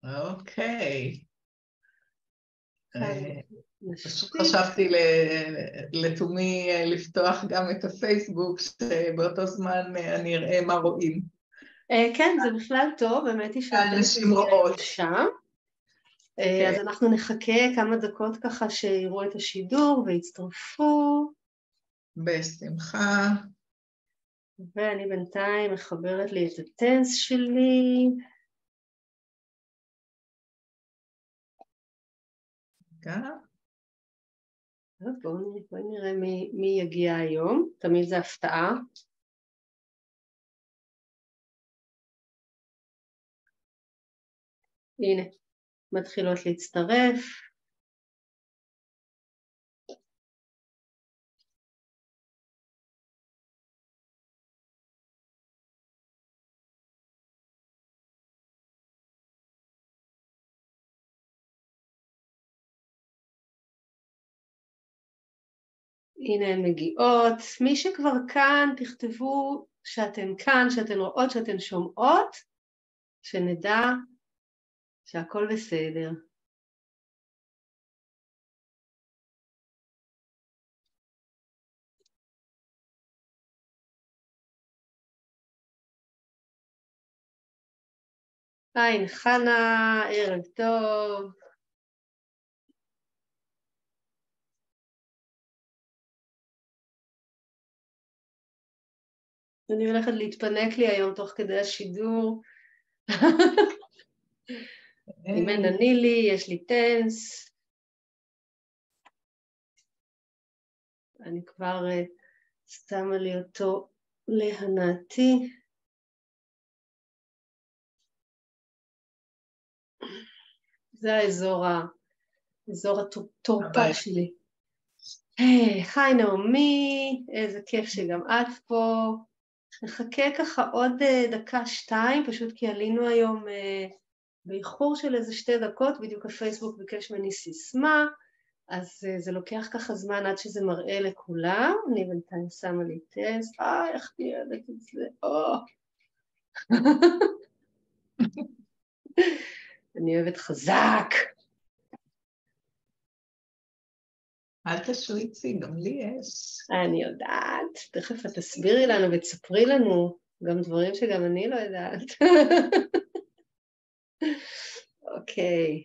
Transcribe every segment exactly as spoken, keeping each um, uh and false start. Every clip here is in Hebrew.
אוקיי. כאן פשוט נשתיק. חשבתי לתומי לפתוח גם את הפייסבוק, שבאותו זמן אני אראה מה רואים. כן, זה בכלל טוב, באמת היא אנשים רואות. שם. אז אנחנו נחכה כמה דקות ככה שיראו את השידור ויצטרפו. בשמחה. ואני בינתיים מחברת לי את הטנס שלי. רגע. בואו נראה, בואו נראה מי, מי יגיע היום, תמיד זה הפתעה. הנה, מתחילות להצטרף. הנה הן מגיעות, מי שכבר כאן תכתבו שאתן כאן, שאתן רואות, שאתן שומעות, שנדע שהכל בסדר. היי, חנה, ערב טוב. אני הולכת להתפנק לי היום תוך כדי השידור. אם אין אני לי, יש לי טנס. אני כבר שמה לי אותו להנאתי. זה האזור, האזור התורפה שלי. היי, חי נעמי, איזה כיף שגם את פה. נחכה ככה עוד דקה שתיים, פשוט כי עלינו היום באיחור של איזה שתי דקות, בדיוק הפייסבוק ביקש ממני סיסמה, אז זה לוקח ככה זמן עד שזה מראה לכולם. אני בינתיים שמה לי טסט, אה, איך תהיה לדעת את זה, או. אני אוהבת חזק. אל תשריצי, גם לי יש. אני יודעת, תכף את תסבירי לנו ותספרי לנו גם דברים שגם אני לא יודעת. אוקיי.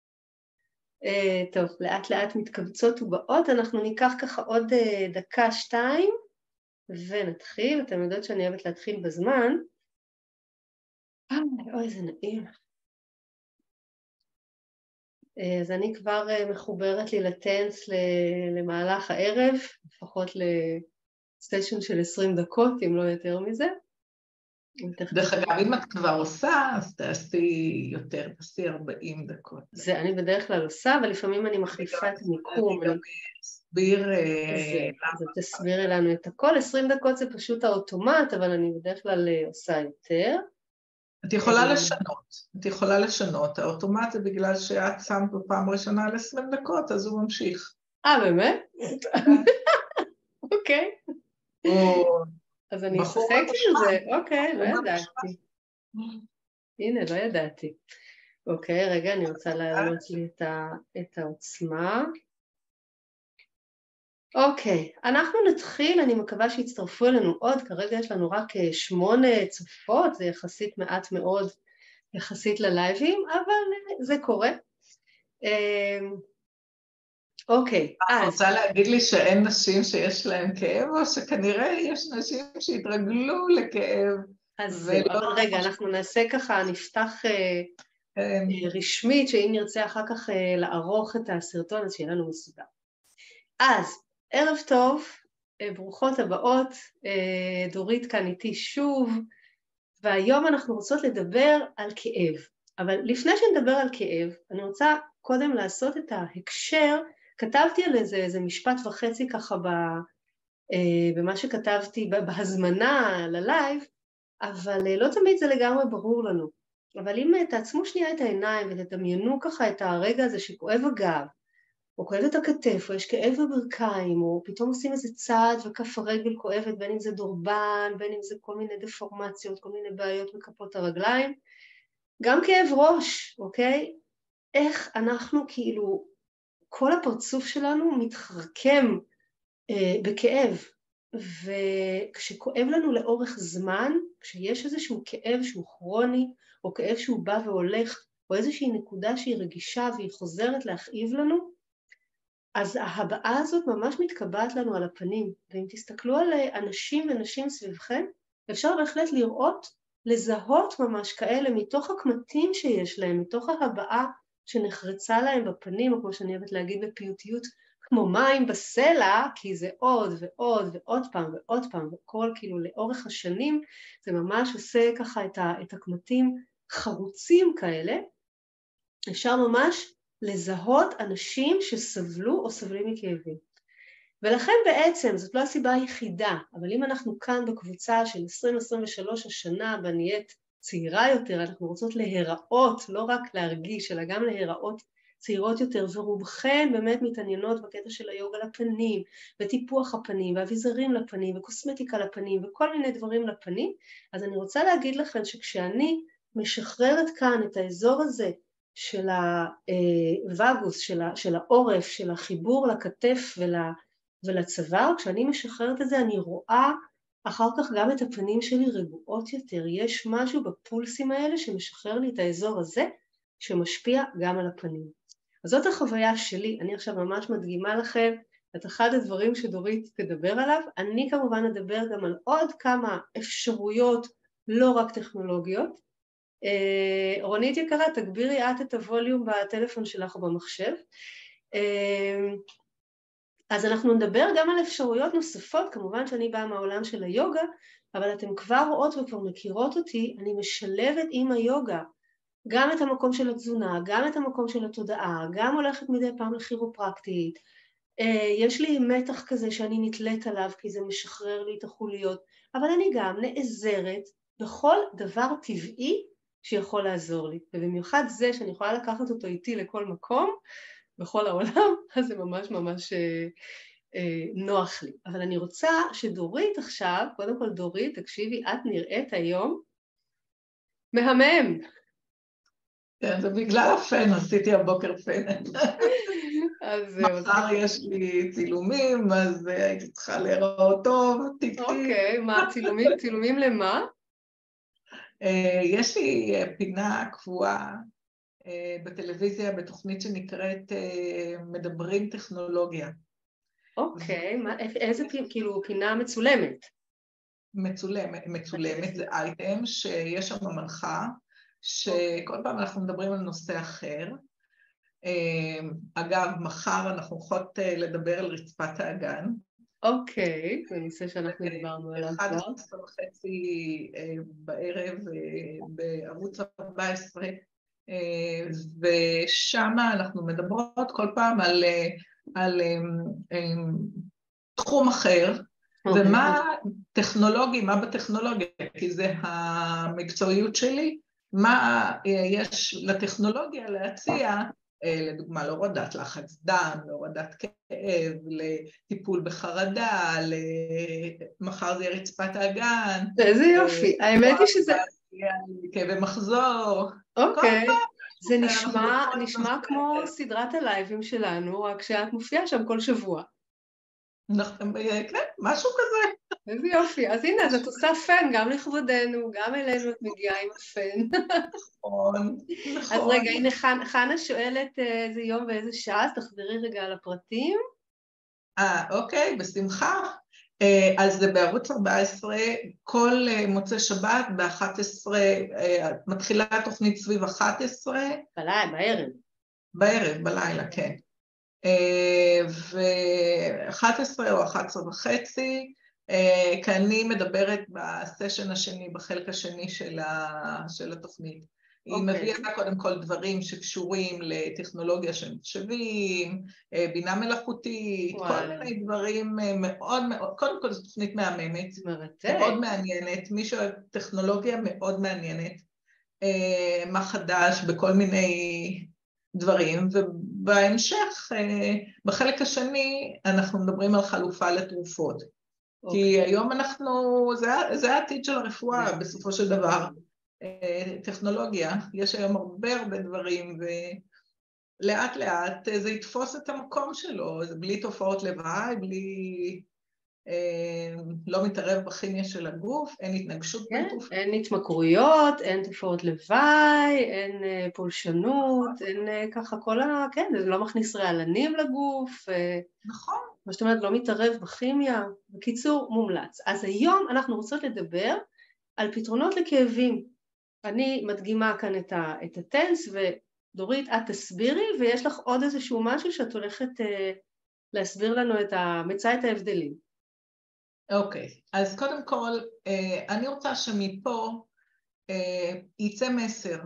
טוב, לאט לאט מתקבצות ובאות, אנחנו ניקח ככה עוד דקה, שתיים, ונתחיל. אתם יודעות שאני אוהבת להתחיל בזמן. אוי, זה נעים. אז אני כבר מחוברת לי לטנס למהלך הערב, לפחות לסטיישן של עשרים דקות, אם לא יותר מזה. דרך אגב, אם את כבר עושה, אז תעשי יותר, תעשי ארבעים דקות. זה אני בדרך כלל עושה, אבל לפעמים אני מחליפה את המיקום. אני גם אסביר... אז תסבירי לנו את הכל. עשרים דקות זה פשוט האוטומט, אבל אני בדרך כלל עושה יותר. את יכולה לשנות, את יכולה לשנות. האוטומט זה בגלל שאת שמת בפעם ראשונה על עשרים דקות, אז הוא ממשיך. אה, באמת? אוקיי. אז אני אשחק עם זה, אוקיי, לא ידעתי. הנה, לא ידעתי. אוקיי, רגע, אני רוצה להעלות לי את העוצמה. אוקיי, אנחנו נתחיל, אני מקווה שיצטרפו אלינו עוד, כרגע יש לנו רק שמונה צופות, זה יחסית מעט מאוד יחסית ללייבים, אבל זה קורה. אוקיי, אז... את רוצה להגיד לי שאין נשים שיש להן כאב, או שכנראה יש נשים שהתרגלו לכאב? אז זהו, אבל רגע, אנחנו נעשה ככה, נפתח רשמית, שאם נרצה אחר כך לערוך את הסרטון, אז שיהיה לנו מסודר. אז, ערב טוב, ברוכות הבאות, דורית כאן איתי שוב, והיום אנחנו רוצות לדבר על כאב. אבל לפני שנדבר על כאב, אני רוצה קודם לעשות את ההקשר, כתבתי על איזה, איזה משפט וחצי ככה ב, במה שכתבתי בהזמנה ללייב, אבל לא תמיד זה לגמרי ברור לנו. אבל אם תעצמו שנייה את העיניים ותדמיינו ככה את הרגע הזה שכואב הגב, או כואב את הכתף, או יש כאב בברכיים, או פתאום עושים איזה צעד וכף הרגל כואבת, בין אם זה דורבן, בין אם זה כל מיני דפורמציות, כל מיני בעיות בכפות הרגליים, גם כאב ראש, אוקיי? איך אנחנו כאילו, כל הפרצוף שלנו מתחרקם אה, בכאב, וכשכואב לנו לאורך זמן, כשיש איזשהו כאב שהוא כרוני, או כאב שהוא בא והולך, או איזושהי נקודה שהיא רגישה והיא חוזרת להכאיב לנו, אז ההבעה הזאת ממש מתקבעת לנו על הפנים, ואם תסתכלו על אנשים ונשים סביבכם, אפשר בהחלט לראות, לזהות ממש כאלה מתוך הקמטים שיש להם, מתוך ההבעה שנחרצה להם בפנים, או כמו שאני אוהבת להגיד בפיוטיות, כמו מים בסלע, כי זה עוד ועוד ועוד פעם ועוד פעם, וכל כאילו לאורך השנים, זה ממש עושה ככה את, ה, את הקמטים חרוצים כאלה, אפשר ממש לזהות אנשים שסבלו או סבלים מכאבים. ולכן בעצם, זאת לא הסיבה היחידה, אבל אם אנחנו כאן בקבוצה של עשרים עשרים ושלוש השנה, ונהיית צעירה יותר, אנחנו רוצות להיראות, לא רק להרגיש, אלא גם להיראות צעירות יותר, ורובכן באמת מתעניינות בקטע של היוגה לפנים, וטיפוח הפנים, ואביזרים לפנים, וקוסמטיקה לפנים, וכל מיני דברים לפנים, אז אני רוצה להגיד לכם שכשאני משחררת כאן את האזור הזה, של הווגוס, של, של העורף, של החיבור לכתף ול, ולצוואר, כשאני משחררת את זה אני רואה אחר כך גם את הפנים שלי רגועות יותר, יש משהו בפולסים האלה שמשחרר לי את האזור הזה, שמשפיע גם על הפנים. אז זאת החוויה שלי, אני עכשיו ממש מדגימה לכם את אחד הדברים שדורית תדבר עליו, אני כמובן אדבר גם על עוד כמה אפשרויות, לא רק טכנולוגיות, Uh, רונית יקרה, תגבירי את את הווליום בטלפון שלך או במחשב. Uh, אז אנחנו נדבר גם על אפשרויות נוספות, כמובן שאני באה מהעולם של היוגה, אבל אתם כבר רואות וכבר מכירות אותי, אני משלבת עם היוגה, גם את המקום של התזונה, גם את המקום של התודעה, גם הולכת מדי פעם לכירופרקטית, uh, יש לי מתח כזה שאני נתלית עליו, כי זה משחרר לי את החוליות, אבל אני גם נעזרת בכל דבר טבעי, שיכול לעזור לי, ובמיוחד זה שאני יכולה לקחת אותו איתי לכל מקום, בכל העולם, אז זה ממש ממש אה, אה, נוח לי. אבל אני רוצה שדורית עכשיו, קודם כל דורית, תקשיבי, את נראית היום מהמם. כן, זה בגלל הפן, עשיתי הבוקר פן. אז מחר יש לי צילומים, אז הייתי צריכה להיראות טוב, טיק טיק. אוקיי, מה, צילומים, צילומים למה? יש לי פינה קבועה בטלוויזיה בתוכנית שנקראת מדברים טכנולוגיה. אוקיי, מה, איזה כאילו פינה מצולמת? מצולמת, מצולמת זה אייטם שיש שם מנחה, שכל פעם אנחנו מדברים על נושא אחר. אגב, מחר אנחנו הולכות לדבר על רצפת האגן. אוקיי, זה נושא שאנחנו דיברנו עליו כבר. אחת עשרה וחצי בערב בערוץ ארבע עשרה, ושם אנחנו מדברות כל פעם על, על תחום אחר, ומה טכנולוגי, מה בטכנולוגיה, כי זה המקצועיות שלי, מה יש לטכנולוגיה להציע, לדוגמה להורדת לחץ דם, להורדת כאב, לטיפול בחרדה, למחר זה יהיה רצפת האגן. איזה יופי, האמת היא שזה... כאבי מחזור. אוקיי, זה נשמע, נשמע כמו סדרת הלייבים שלנו, רק שאת מופיעה שם כל שבוע. כן, משהו כזה. איזה יופי, אז הנה, אז את עושה פן גם לכבודנו, גם אלינו את מגיעה עם הפן. נכון, נכון. אז רגע, הנה חנה שואלת איזה יום ואיזה שעה, אז תחזרי רגע על הפרטים. אה, אוקיי, בשמחה. אז זה בערוץ ארבע עשרה, כל מוצאי שבת ב-אחת עשרה, מתחילה התוכנית סביב אחת עשרה. בלילה, בערב. בערב, בלילה, כן. ו-אחת עשרה או אחת עשרה וחצי, כי אני מדברת בסשן השני, בחלק השני של, ה, של התוכנית. Okay. היא מביאה קודם כל דברים שקשורים לטכנולוגיה של מחשבים, בינה מלאכותית, wow. כל מיני דברים מאוד מאוד, קודם כל זו תוכנית מהממת, מרתק. מאוד מעניינת, מי שאוהב טכנולוגיה מאוד מעניינת, מה חדש בכל מיני דברים, ובהמשך, בחלק השני, אנחנו מדברים על חלופה לתרופות. Okay. כי היום אנחנו, זה, זה העתיד של הרפואה בסופו של דבר. טכנולוגיה, יש היום הרבה הרבה דברים, ולאט לאט זה יתפוס את המקום שלו, זה בלי תופעות לוואי, בלי... לא מתערב בכימיה של הגוף, אין התנגשות בין תרופות. אין התמכרויות, אין תופעות לוואי, אין פולשנות, אין ככה כל ה... כן, זה לא מכניס רעלנים לגוף. נכון. מה זאת אומרת, לא מתערב בכימיה. בקיצור, מומלץ. אז היום אנחנו רוצות לדבר על פתרונות לכאבים. אני מדגימה כאן את הטנס, ודורית, את תסבירי, ויש לך עוד איזשהו משהו שאת הולכת להסביר לנו את ה... מצא את ההבדלים. אוקיי, אז קודם כל, אני רוצה שמפה יצא מסר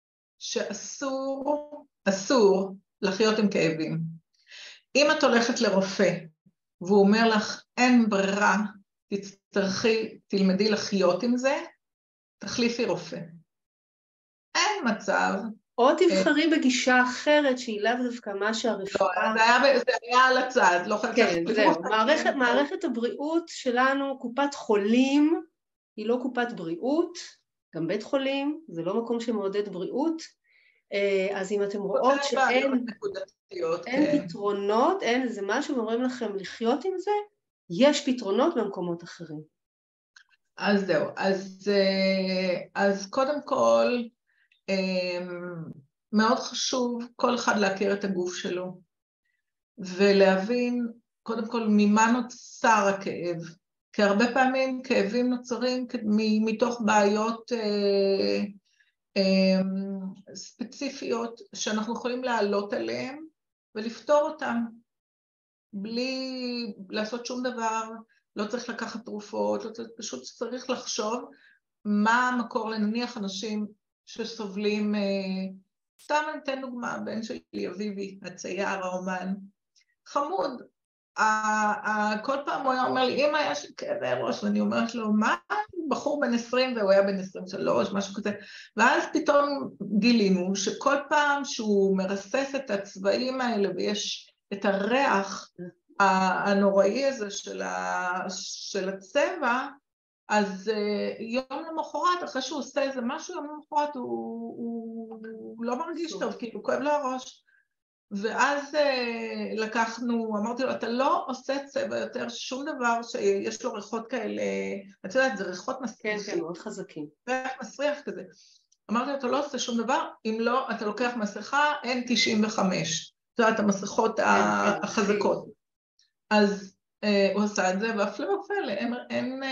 שאסור, אסור לחיות עם כאבים. אם את הולכת לרופא והוא אומר לך, אין ברירה, תצטרכי, תלמדי לחיות עם זה, תחליפי רופא. אין מצב. או תבחרי בגישה אחרת שהיא לאו דווקא מה שהרפואה... לא, זה היה על הצד, לא חלקת... כן, זהו. מערכת, מערכת הבריאות שלנו, קופת חולים, היא לא קופת בריאות, גם בית חולים, זה לא מקום שמעודד בריאות, אז אם אתם רואות שאין אין פתרונות, אין איזה משהו ואומרים לכם לחיות עם זה, יש פתרונות במקומות אחרים. אז זהו, אז, אז קודם כל, מאוד חשוב כל אחד להכיר את הגוף שלו, ולהבין קודם כל ממה נוצר הכאב, כי הרבה פעמים כאבים נוצרים מתוך בעיות אה, אה, ספציפיות שאנחנו יכולים לעלות עליהן ולפתור אותן, בלי לעשות שום דבר, לא צריך לקחת תרופות, לא צריך, פשוט צריך לחשוב מה המקור, לנניח אנשים שסובלים, סתם אני אתן דוגמה, הבן שלי אביבי, הצייר, האומן, חמוד, כל פעם הוא היה אומר לי, אמא, יש לי כאבי ראש, ואני אומרת לו, מה? בחור בן עשרים, והוא היה בן עשרים ושלוש, משהו כזה, ואז פתאום גילינו שכל פעם שהוא מרסס את הצבעים האלה, ויש את הריח הנוראי הזה של הצבע, אז יום למחרת, אחרי שהוא עושה איזה משהו, יום למחרת הוא, הוא, הוא לא מרגיש טוב, כי הוא כואב לו הראש. ואז לקחנו, אמרתי לו, אתה לא עושה צבע יותר, שום דבר שיש לו ריחות כאלה, את יודעת, זה ריחות מסריחים. כן, כן, מאוד חזקים. ריח מסריח כזה. אמרתי לו, אתה לא עושה שום דבר, אם לא, אתה לוקח מסכה, אין תשעים וחמש. את יודעת, המסכות החזקות. אז הוא עשה את זה, והפלא ופלא, אין...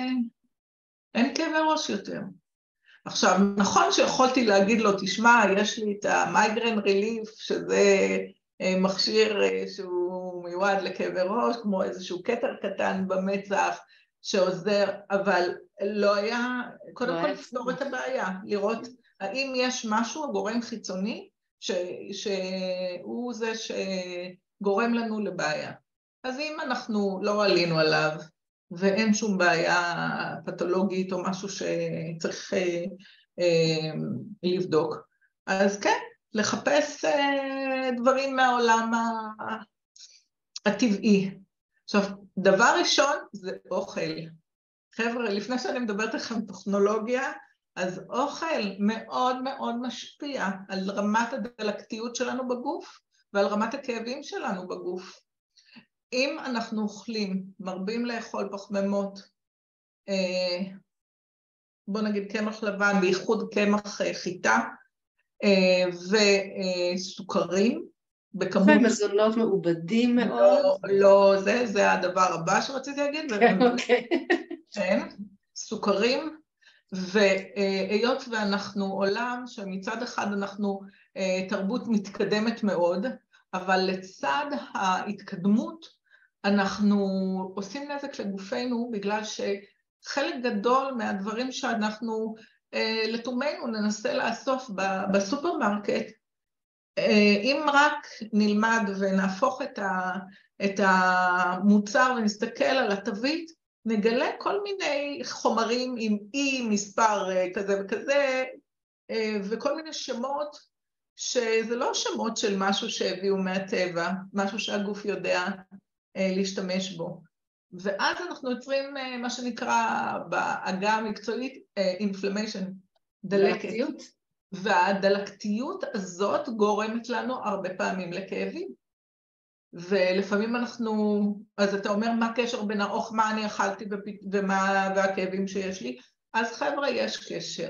אין כאבי ראש יותר. עכשיו, נכון שיכולתי להגיד לו, תשמע, יש לי את המייגרן ריליף, שזה מכשיר שהוא מיועד לכאבי ראש, כמו איזשהו קטר קטן במצח שעוזר, אבל לא היה, קודם כל לפתור את הבעיה, לראות האם יש משהו, גורם חיצוני, ש, שהוא זה שגורם לנו לבעיה. אז אם אנחנו לא עלינו עליו, ואין שום בעיה פתולוגית או משהו שצריך אה, אה, לבדוק. אז כן, לחפש אה, דברים מהעולם הטבעי. עכשיו, דבר ראשון זה אוכל. חבר'ה, לפני שאני מדברת לכם טכנולוגיה, אז אוכל מאוד מאוד משפיע על רמת הדלקתיות שלנו בגוף, ועל רמת הכאבים שלנו בגוף. אם אנחנו אוכלים, מרבים לאכול פחמימות, בוא נגיד קמח לבן, בייחוד קמח חיטה, וסוכרים, בכמות... ומזונות מעובדים מאוד. לא, לא, זה, זה הדבר הבא שרציתי להגיד. כן, אוקיי. כן, סוכרים, והיות ואנחנו עולם שמצד אחד אנחנו תרבות מתקדמת מאוד, אבל לצד ההתקדמות אנחנו עושים נזק לגופנו, בגלל שחלק גדול מהדברים שאנחנו לתומנו ננסה לאסוף בסופרמרקט, אם רק נלמד ונהפוך את, ה, את המוצר ונסתכל על התווית, נגלה כל מיני חומרים עם אי מספר כזה וכזה, וכל מיני שמות, שזה לא שמות של משהו שהביאו מהטבע, משהו שהגוף יודע להשתמש בו. ואז אנחנו יוצרים מה שנקרא בעגה המקצועית inflammation, דלקת. והדלקתיות הזאת גורמת לנו הרבה פעמים לכאבים. ולפעמים אנחנו, אז אתה אומר מה הקשר בין האוך, מה אני אכלתי ומה, והכאבים שיש לי, אז חבר'ה יש קשר.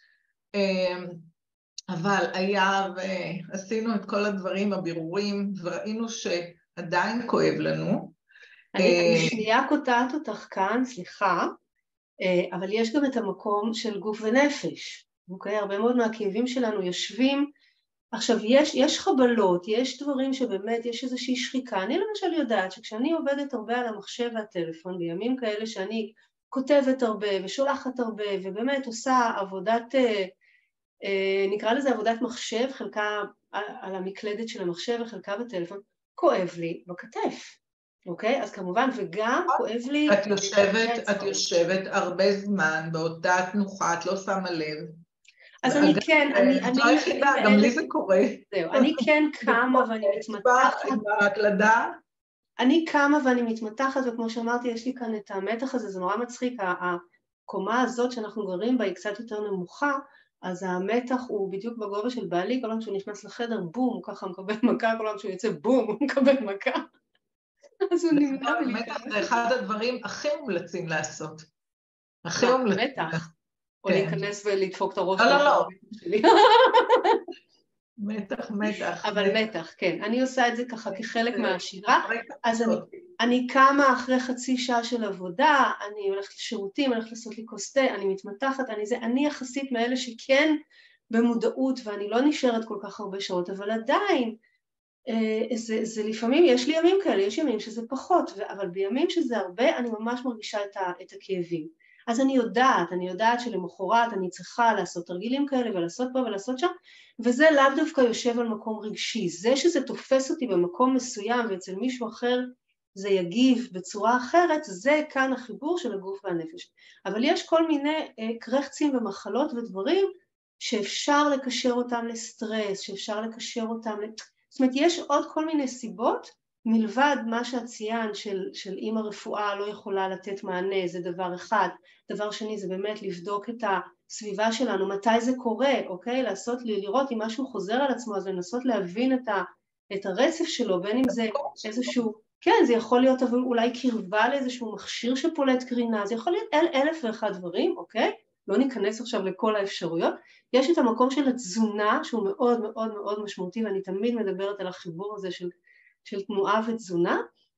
אבל היה ועשינו את כל הדברים הבירורים וראינו שעדיין כואב לנו. אני, אני שנייה קוטעת אותך כאן, סליחה, אבל יש גם את המקום של גוף ונפש. אוקיי? הרבה מאוד מהכאבים שלנו יושבים, עכשיו יש, יש חבלות, יש דברים שבאמת יש איזושהי שחיקה. אני למשל יודעת שכשאני עובדת הרבה על המחשב והטלפון, בימים כאלה שאני כותבת הרבה ושולחת הרבה ובאמת עושה עבודת, נקרא לזה עבודת מחשב, חלקה על המקלדת של המחשב וחלקה בטלפון, כואב לי בכתף. אוקיי? אז כמובן, וגם כואב לי... את יושבת, את יושבת הרבה זמן באותה תנוחה, את לא שמה לב. אז אני כן, אני... זו היחידה, גם לי זה קורה. זהו, אני כן קמה ואני מתמתחת. עם ההקלדה. אני קמה ואני מתמתחת, וכמו שאמרתי, יש לי כאן את המתח הזה, זה נורא מצחיק, הקומה הזאת שאנחנו גרים בה היא קצת יותר נמוכה, אז המתח הוא בדיוק בגובה של בעלי, כל פעם שהוא נכנס לחדר, בום, הוא ככה מקבל מכה, כל פעם שהוא יוצא, בום, הוא מקבל מכה. אז הוא נמנע מלהיכנס. מתח זה אחד הדברים הכי מומלצים לעשות. הכי מה, מומלצים. מתח? או להיכנס ולדפוק את הראש. לא, לא, לא. מתח, מתח. אבל מתח, כן. אני עושה את זה ככה כחלק מהשירה. אז אני קמה אחרי חצי שעה של עבודה, אני הולכת לשירותים, אני הולכת לעשות לי כוס תה, אני מתמתחת, אני זה, אני יחסית מאלה שכן במודעות, ואני לא נשארת כל כך הרבה שעות, אבל עדיין, זה, זה לפעמים, יש לי ימים כאלה, יש ימים שזה פחות, אבל בימים שזה הרבה, אני ממש מרגישה את, ה, את הכאבים. אז אני יודעת, אני יודעת שלמחרת אני צריכה לעשות תרגילים כאלה ולעשות פה ולעשות שם, וזה לאו דווקא יושב על מקום רגשי. זה שזה תופס אותי במקום מסוים ואצל מישהו אחר זה יגיב בצורה אחרת, זה כאן החיבור של הגוף והנפש. אבל יש כל מיני קרחצים ומחלות ודברים שאפשר לקשר אותם לסטרס, שאפשר לקשר אותם, זאת אומרת יש עוד כל מיני סיבות, מלבד מה שאת ציינת של, של אם הרפואה לא יכולה לתת מענה, זה דבר אחד. דבר שני זה באמת לבדוק את הסביבה שלנו, מתי זה קורה, אוקיי? לעשות, לראות אם משהו חוזר על עצמו, אז לנסות להבין את, ה, את הרצף שלו, בין אם זה איזשהו, כן, זה יכול להיות אבל אולי קרבה לאיזשהו מכשיר שפולט קרינה, זה יכול להיות אל, אלף ואחד דברים, אוקיי? לא ניכנס עכשיו לכל האפשרויות. יש את המקום של התזונה, שהוא מאוד מאוד מאוד משמעותי, ואני תמיד מדברת על החיבור הזה של של תנועה ותזונה,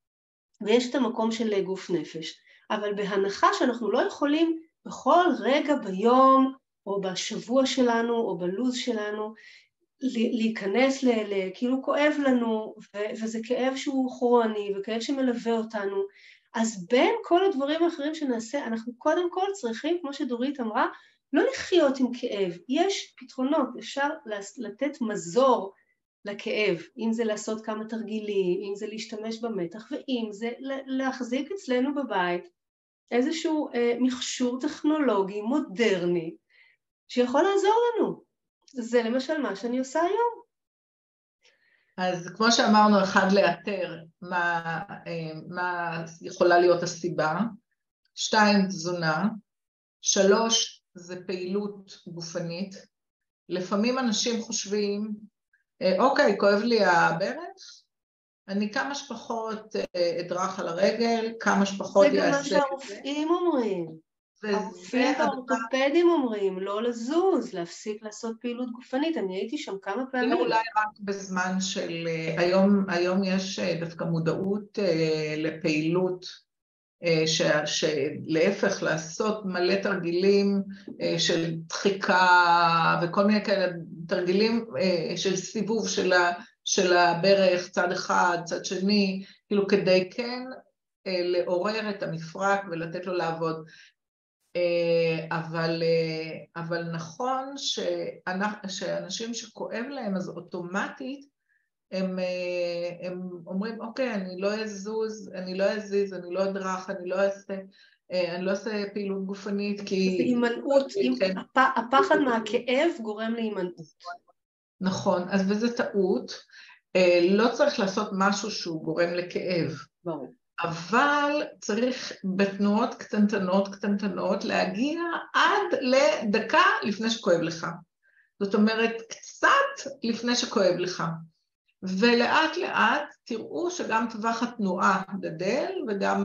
ויש את המקום של גוף נפש. אבל בהנחה שאנחנו לא יכולים בכל רגע ביום, או בשבוע שלנו, או בלוז שלנו, להיכנס ל... ל כאילו כואב לנו, ו, וזה כאב שהוא כרוני, וכאב שמלווה אותנו, אז בין כל הדברים האחרים שנעשה, אנחנו קודם כל צריכים, כמו שדורית אמרה, לא לחיות עם כאב. יש פתרונות, אפשר לתת מזור, לכאב, אם זה לעשות כמה תרגילים, אם זה להשתמש במתח, ואם זה להחזיק אצלנו בבית איזשהו אה, מכשור טכנולוגי מודרני שיכול לעזור לנו. זה למשל מה שאני עושה היום. אז כמו שאמרנו, אחד לאתר מה, אה, מה יכולה להיות הסיבה, שתיים תזונה, שלוש זה פעילות גופנית. לפעמים אנשים חושבים, אוקיי, כואב לי הברך, אני כמה שפחות אדרך על הרגל, כמה שפחות יעשה. זה גם מה שהרופאים אומרים. הרופאים והאורתופדים אומרים, לא לזוז, להפסיק לעשות פעילות גופנית. אני הייתי שם כמה פעמים. זה אולי רק בזמן של, היום, היום יש דווקא מודעות לפעילות, ש, שלהפך לעשות מלא תרגילים של דחיקה וכל מיני כאלה תרגילים של סיבוב של, ה, של הברך, צד אחד, צד שני, כאילו כדי כן לעורר את המפרק ולתת לו לעבוד. אבל, אבל נכון שאנשים שכואב להם אז אוטומטית הם, הם אומרים, אוקיי, אני לא אזוז, אני לא אזיז, אני לא אדרך, אני לא אעשה, אני לא אעשה פעילות גופנית, כי... זה הימנעות, כן. הפחד מהכאב גורם להימנעות. נכון, אז וזה טעות, לא צריך לעשות משהו שהוא גורם לכאב. ברור. אבל צריך בתנועות קטנטנות קטנטנות להגיע עד לדקה לפני שכואב לך. זאת אומרת, קצת לפני שכואב לך. ולאט לאט תראו שגם טווח התנועה גדל, וגם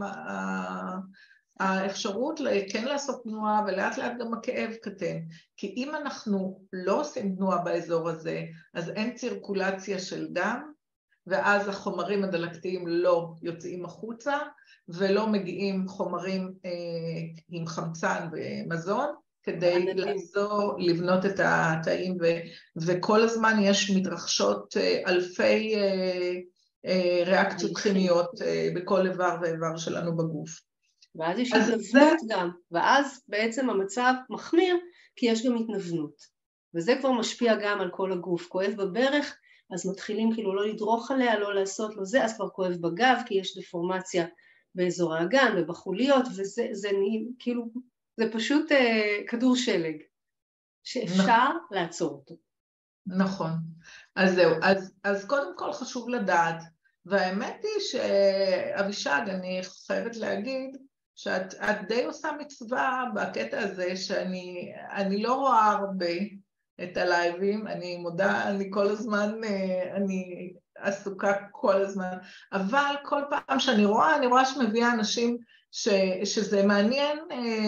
האפשרות כן לעשות תנועה, ולאט לאט גם הכאב קטן. כי אם אנחנו לא עושים תנועה באזור הזה, אז אין צירקולציה של דם, ואז החומרים הדלקתיים לא יוצאים החוצה, ולא מגיעים חומרים אה, עם חמצן ומזון, כדי לעזור לבנות את התאים, ו, וכל הזמן יש מתרחשות אלפי אה, אה, ריאקציות כימיות אה, בכל איבר ואיבר שלנו בגוף. ואז יש התנוונות גם, ואז בעצם המצב מחמיר, כי יש גם התנוונות. וזה כבר משפיע גם על כל הגוף. כואב בברך, אז מתחילים כאילו לא לדרוך עליה, לא לעשות לו זה, אז כבר כואב בגב, כי יש דפורמציה באזור האגן ובחוליות, וזה זה, כאילו, זה פשוט אה, כדור שלג, שאפשר נכון. לעצור אותו. נכון. אז זהו, אז, אז קודם כל חשוב לדעת, והאמת היא שאבישג, אני חייבת להגיד, שאת את די עושה מצווה בקטע הזה, שאני אני לא רואה הרבה את הלייבים, אני מודה, אני כל הזמן, אני עסוקה כל הזמן, אבל כל פעם שאני רואה, אני רואה שמביאה אנשים ש, שזה מעניין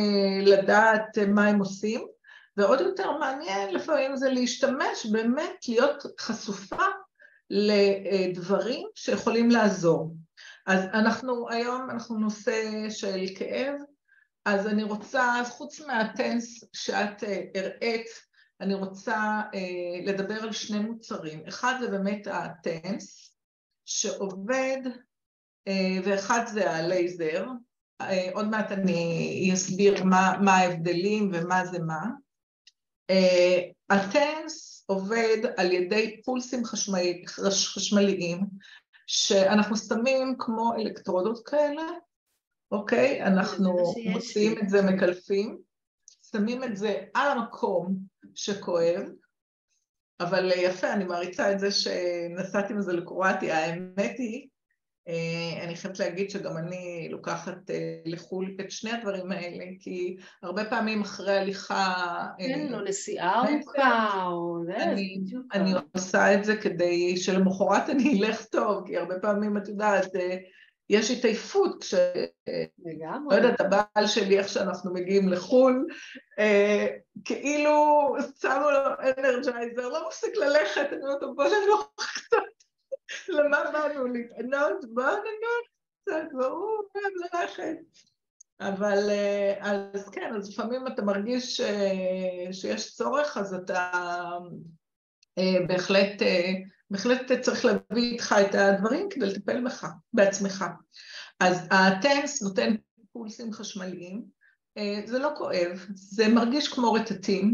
לדעת מה הם עושים, ועוד יותר מעניין לפעמים זה להשתמש, באמת להיות חשופה לדברים שיכולים לעזור. אז אנחנו היום, אנחנו נושא של כאב, אז אני רוצה, חוץ מהטנס שאת הראית, אני רוצה אה, לדבר על שני מוצרים. אחד זה באמת הטנס, שעובד, אה, ואחד זה הלייזר. אה, עוד מעט אני אסביר מה, מה ההבדלים ומה זה מה. אה, הטנס עובד על ידי פולסים חשמלי, חשמליים, שאנחנו שמים כמו אלקטרודות כאלה, אוקיי? אנחנו מוציאים את זה, מקלפים, שמים את זה על המקום שכואב, אבל יפה, אני מעריצה את זה שנסעתי מזה לקרואטיה, האמת היא, אני חייבת להגיד שגם אני לוקחת לחול את שני הדברים האלה, כי הרבה פעמים אחרי הליכה... כן, לא נסיעה ארוכה, או זה, אני, אני עושה את זה כדי שלמחרת אני אלך טוב, כי הרבה פעמים את יודעת, יש התעייפות כש... לא יודעת, הבעל שלי, איך שאנחנו מגיעים לחול, כאילו שמו לו אנרג'ייזר, לא מפסיק ללכת, אני אומרת, בוא ננוח קצת, למה באנו להתענות, בוא ננוח קצת, והוא אוהב ללכת. אבל אז כן, אז לפעמים אתה מרגיש שיש צורך, אז אתה בהחלט, בהחלט צריך להביא איתך את הדברים כדי לטפל בך, בעצמך. אז הטנס נותן פולסים חשמליים, זה לא כואב, זה מרגיש כמו רטטים,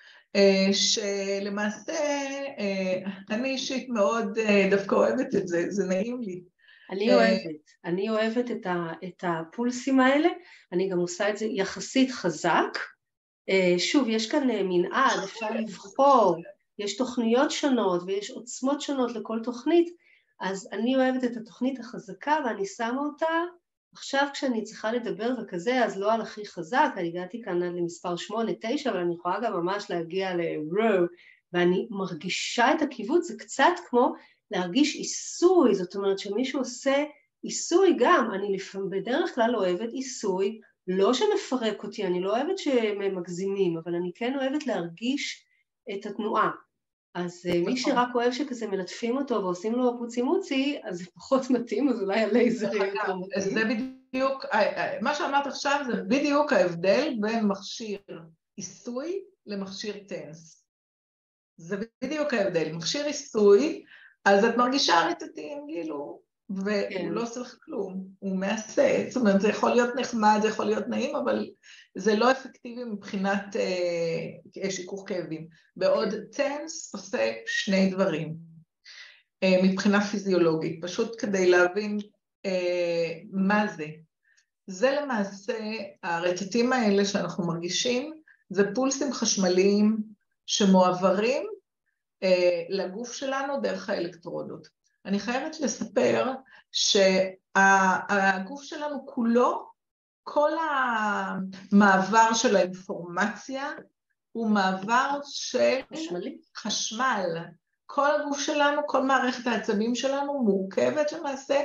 שלמעשה אני אישית מאוד דווקא אוהבת את זה, זה נעים לי. אני אוהבת, אני אוהבת את, ה, את הפולסים האלה, אני גם עושה את זה יחסית חזק, שוב יש כאן מנעד, אפשר לבחור, יש תוכניות שונות ויש עוצמות שונות לכל תוכנית, אז אני אוהבת את התוכנית החזקה ואני שמה אותה, עכשיו כשאני צריכה לדבר וכזה, אז לא על הכי חזק, אני הגעתי כאן עד למספר שמונה, תשע, אבל אני יכולה גם ממש להגיע ל-row, ואני מרגישה את הקיבוץ, זה קצת כמו להרגיש עיסוי, זאת אומרת שמישהו עושה עיסוי גם, אני לפעמים בדרך כלל אוהבת עיסוי, לא שמפרק אותי, אני לא אוהבת שהם מגזימים, אבל אני כן אוהבת להרגיש את התנועה. אז מי שרק אוהב שכזה מלטפים אותו ועושים לו פוצי מוצי, אז זה פחות מתאים, אז אולי הלייזר יהיה יותר מתאים. זה בדיוק, מה שאמרת עכשיו זה בדיוק ההבדל בין מכשיר עיסוי למכשיר טנס. זה בדיוק ההבדל, מכשיר עיסוי, אז את מרגישה רטטים, כאילו, והוא לא עושה לך כלום, הוא מעשה, זאת אומרת, זה יכול להיות נחמד, זה יכול להיות נעים, אבל זה לא אפקטיבי מבחינת אה, שיכוך כאבים. בעוד טנס עושה שני דברים, אה, מבחינה פיזיולוגית, פשוט כדי להבין אה, מה זה. זה למעשה, הרטטים האלה שאנחנו מרגישים, זה פולסים חשמליים שמועברים אה, לגוף שלנו דרך האלקטרודות. אני חייבת לספר הגוף שלנו כולו, כל המעבר של האינפורמציה, הוא מעבר של חשמלי. חשמל. כל הגוף שלנו, כל מערכת העצבים שלנו מורכבת למעשה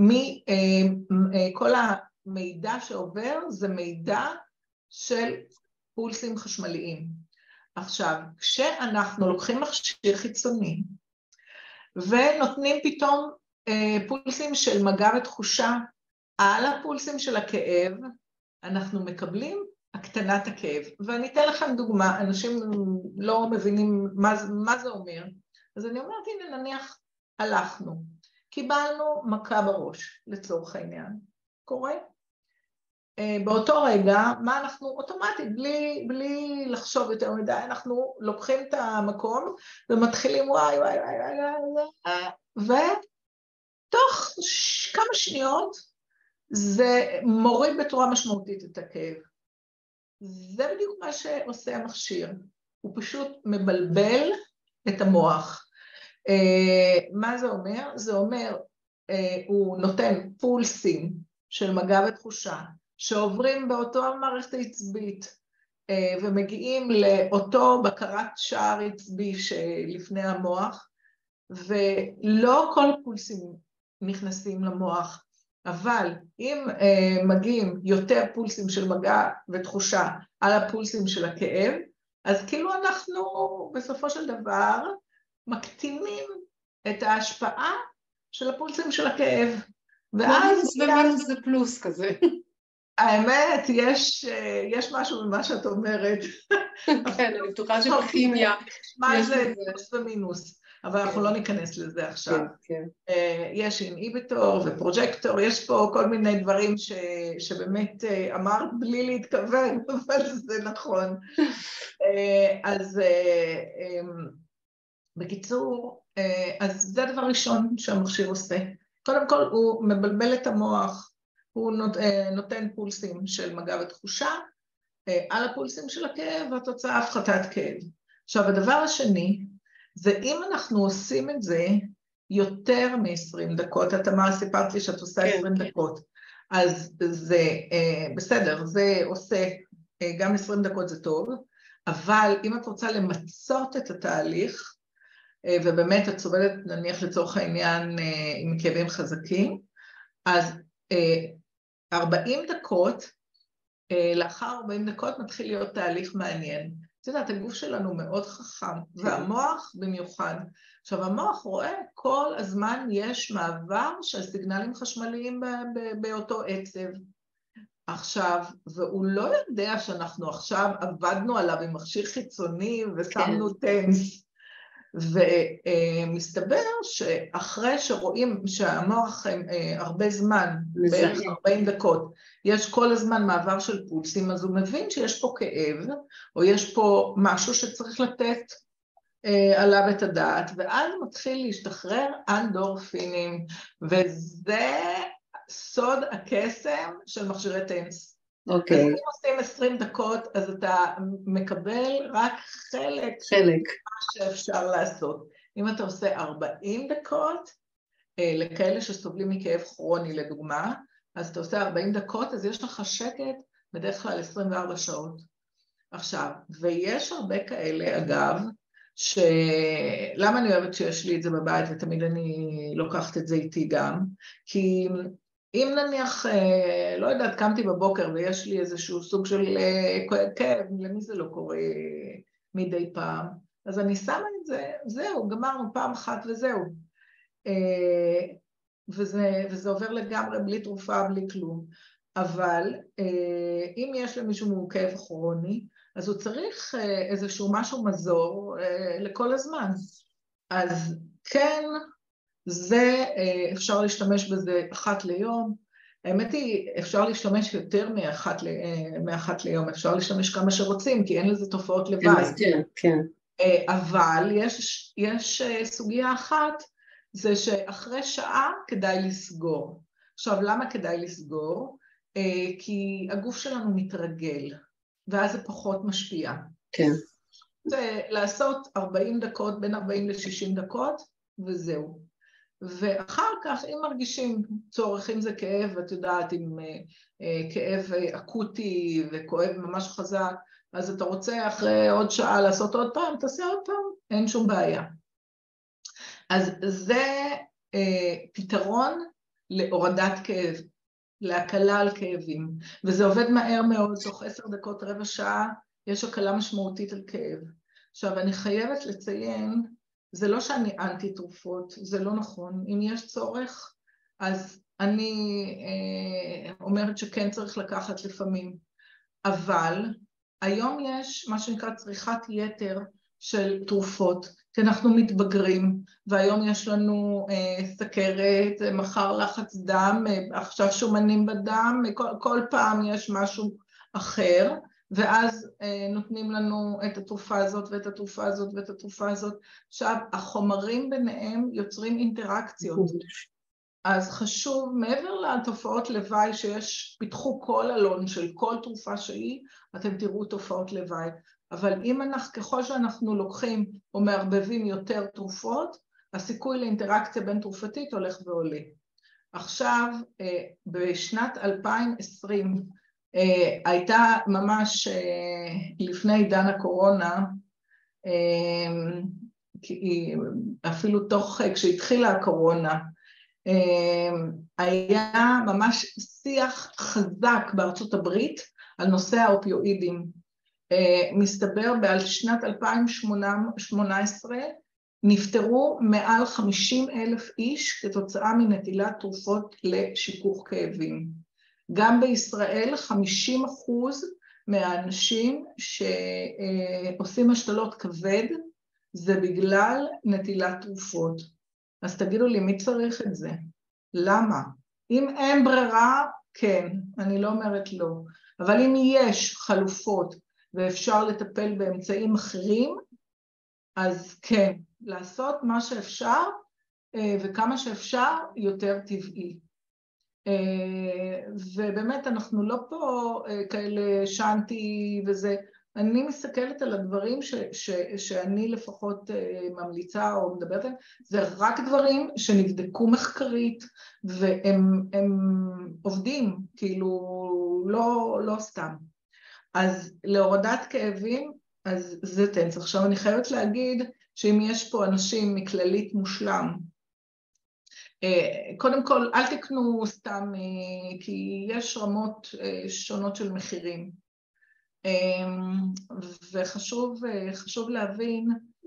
מכל המידע שעובר, זה מידע של פולסים חשמליים. עכשיו, כשאנחנו לוקחים מכשיר חיצוני, ונותנים פתאום פולסים של מגע ותחושה על הפולסים של הכאב, אנחנו מקבלים הקטנת הכאב. ואני אתן לכם דוגמה, אנשים לא מבינים מה, מה זה אומר. אז אני אומרת, הנה נניח הלכנו, קיבלנו מכה בראש, לצורך העניין. קורה? באותו רגע, מה אנחנו אוטומטית, בלי, בלי לחשוב יותר מדי, אנחנו לוקחים את המקום ומתחילים וואי וואי וואי וואי וואי, ותוך כמה שניות זה מוריד בצורה משמעותית את הכאב. זה בדיוק מה שעושה המכשיר, הוא פשוט מבלבל את המוח. מה זה אומר? זה אומר, הוא נותן פולסים של מגע ותחושה, שעוברים באותו המערכת העצבית, ומגיעים לאותו בקרת שער עצבי שלפני המוח, ולא כל פולסים נכנסים למוח, אבל אם מגיעים יותר פולסים של מגע ותחושה על הפולסים של הכאב, אז כאילו אנחנו בסופו של דבר מקטינים את ההשפעה של הפולסים של הכאב. ואז במינוס זה פלוס כזה. האמת, יש, יש משהו ממה שאת אומרת. כן, אני בטוחה שבכימיה. מה זה פלוס ומינוס, אבל אנחנו לא ניכנס לזה עכשיו. יש אינהיביטור ופרוג'קטור, יש פה כל מיני דברים שבאמת אמרת בלי להתכוון, אבל זה נכון. אז בקיצור, אז זה הדבר ראשון שהמכשיר עושה. קודם כל הוא מבלבל את המוח, הוא נותן פולסים של מגע ותחושה על הפולסים של הכאב, והתוצאה הפחתת כאב. עכשיו, הדבר השני, זה אם אנחנו עושים את זה יותר מ-עשרים דקות, את אמרת, סיפרת לי שאת עושה עשרים דקות, אז זה בסדר, זה עושה, גם עשרים דקות זה טוב, אבל אם את רוצה למצות את התהליך, ובאמת את סובלת נניח לצורך העניין עם כאבים חזקים, אז ארבעים דקות, לאחר ארבעים דקות מתחיל להיות תהליך מעניין. את יודעת, הגוף שלנו מאוד חכם, והמוח במיוחד. עכשיו, המוח רואה כל הזמן יש מעבר של סיגנלים חשמליים באותו עצב. עכשיו, והוא לא יודע שאנחנו עכשיו עבדנו עליו עם מכשיר חיצוני ושמנו טנס. ומסתבר שאחרי שרואים שהמוח הרבה זמן, בערך ארבעים דקות, יש כל הזמן מעבר של פולסים, אז הוא מבין שיש פה כאב, או יש פה משהו שצריך לתת עליו את הדעת, ואז מתחיל להשתחרר אנדורפינים, וזה סוד הקסם של מכשירי טנס. אוקיי. אז אם עושים עשרים דקות, אז אתה מקבל רק חלק, חלק. מה שאפשר לעשות. אם אתה עושה ארבעים דקות, לכאלה שסובלים מכאב כרוני לדוגמה, אז אתה עושה ארבעים דקות, אז יש לך שקט בדרך כלל עשרים וארבע שעות. עכשיו, ויש הרבה כאלה, אגב, שלמה אני אוהבת שיש לי את זה בבית, ותמיד אני לוקחת את זה איתי גם, כי אם נניח, לא יודעת, קמתי בבוקר ויש לי איזשהו סוג של כאב, למי זה לא קורה מדי פעם, אז אני שמה את זה, זהו, גמרנו פעם אחת וזהו. וזה, וזה עובר לגמרי בלי תרופה, בלי כלום. אבל אם יש למישהו מעוכב כרוני, אז הוא צריך איזשהו משהו מזור לכל הזמן. אז כן, זה, אפשר להשתמש בזה אחת ליום. האמת היא, אפשר להשתמש יותר מאחת, מאחת ליום, אפשר להשתמש כמה שרוצים, כי אין לזה תופעות לוואי. כן, כן. אבל יש, יש סוגיה אחת, זה שאחרי שעה כדאי לסגור. עכשיו, למה כדאי לסגור? כי הגוף שלנו מתרגל, ואז זה פחות משפיע. כן. זה לעשות ארבעים דקות, בין ארבעים ל-שישים דקות, וזהו. ואחר כך, אם מרגישים צורך, אם זה כאב, את יודעת, אם כאב אקוטי וכואב ממש חזק, אז אתה רוצה אחרי עוד שעה לעשות עוד פעם, תעשה עוד פעם, אין שום בעיה. אז זה אה, פתרון להורדת כאב, להקלה על כאבים, וזה עובד מהר מאוד, תוך עשר דקות, רבע שעה, יש הקלה משמעותית על כאב. עכשיו, אני חייבת לציין, זה לא שאני אנטי תרופות, זה לא נכון. אם יש צורך, אז אני אה, אומרת שכן צריך לקחת לפעמים. אבל היום יש מה שנקרא צריכת יתר של תרופות, כי אנחנו מתבגרים, והיום יש לנו אה, סכרת, מחר לחץ דם, אה, עכשיו שומנים בדם, כל, כל פעם יש משהו אחר, ואז אה, נותנים לנו את התרופה הזאת ואת התרופה הזאת ואת התרופה הזאת. עכשיו, החומרים ביניהם יוצרים אינטראקציות. אז חשוב, מעבר לתופעות לוואי שיש, פיתחו כל אלון של כל תרופה שהיא, אתם תראו תופעות לוואי. אבל אם אנחנו, ככל שאנחנו לוקחים או מערבבים יותר תרופות, הסיכוי לאינטראקציה בין תרופתית הולך ועולה. עכשיו, בשנת אלפיים ועשרים, הייתה ממש לפני עידן הקורונה, אפילו תוך, כשהתחילה הקורונה, היה ממש שיח חזק בארצות הברית על נושא האופיואידים. מסתבר בשנת אלפיים שמונה עשרה נפטרו מעל חמישים אלף איש כתוצאה מנטילת תרופות לשיכוך כאבים. גם בישראל חמישים אחוז מהאנשים שעושים השתלות כבד זה בגלל נטילת תרופות. אז תגידו לי, מי צריך את זה? למה? אם אין ברירה, כן, אני לא אומרת לא. אבל אם יש חלופות ואפשר לטפל באמצעים אחרים, אז כן, לעשות מה שאפשר וכמה שאפשר יותר טבעי. ובאמת אנחנו לא פה כאלה שנתי וזה, אני מסתכלת על הדברים ש, ש, שאני לפחות ממליצה או מדברת עליהם, זה רק דברים שנבדקו מחקרית והם הם עובדים, כאילו לא, לא סתם. אז להורדת כאבים, אז זה טנס. עכשיו אני חייבת להגיד שאם יש פה אנשים מכללית מושלם, קודם כל אל תקנו סתם, כי יש רמות שונות של מחירים. וחשוב חשוב להבין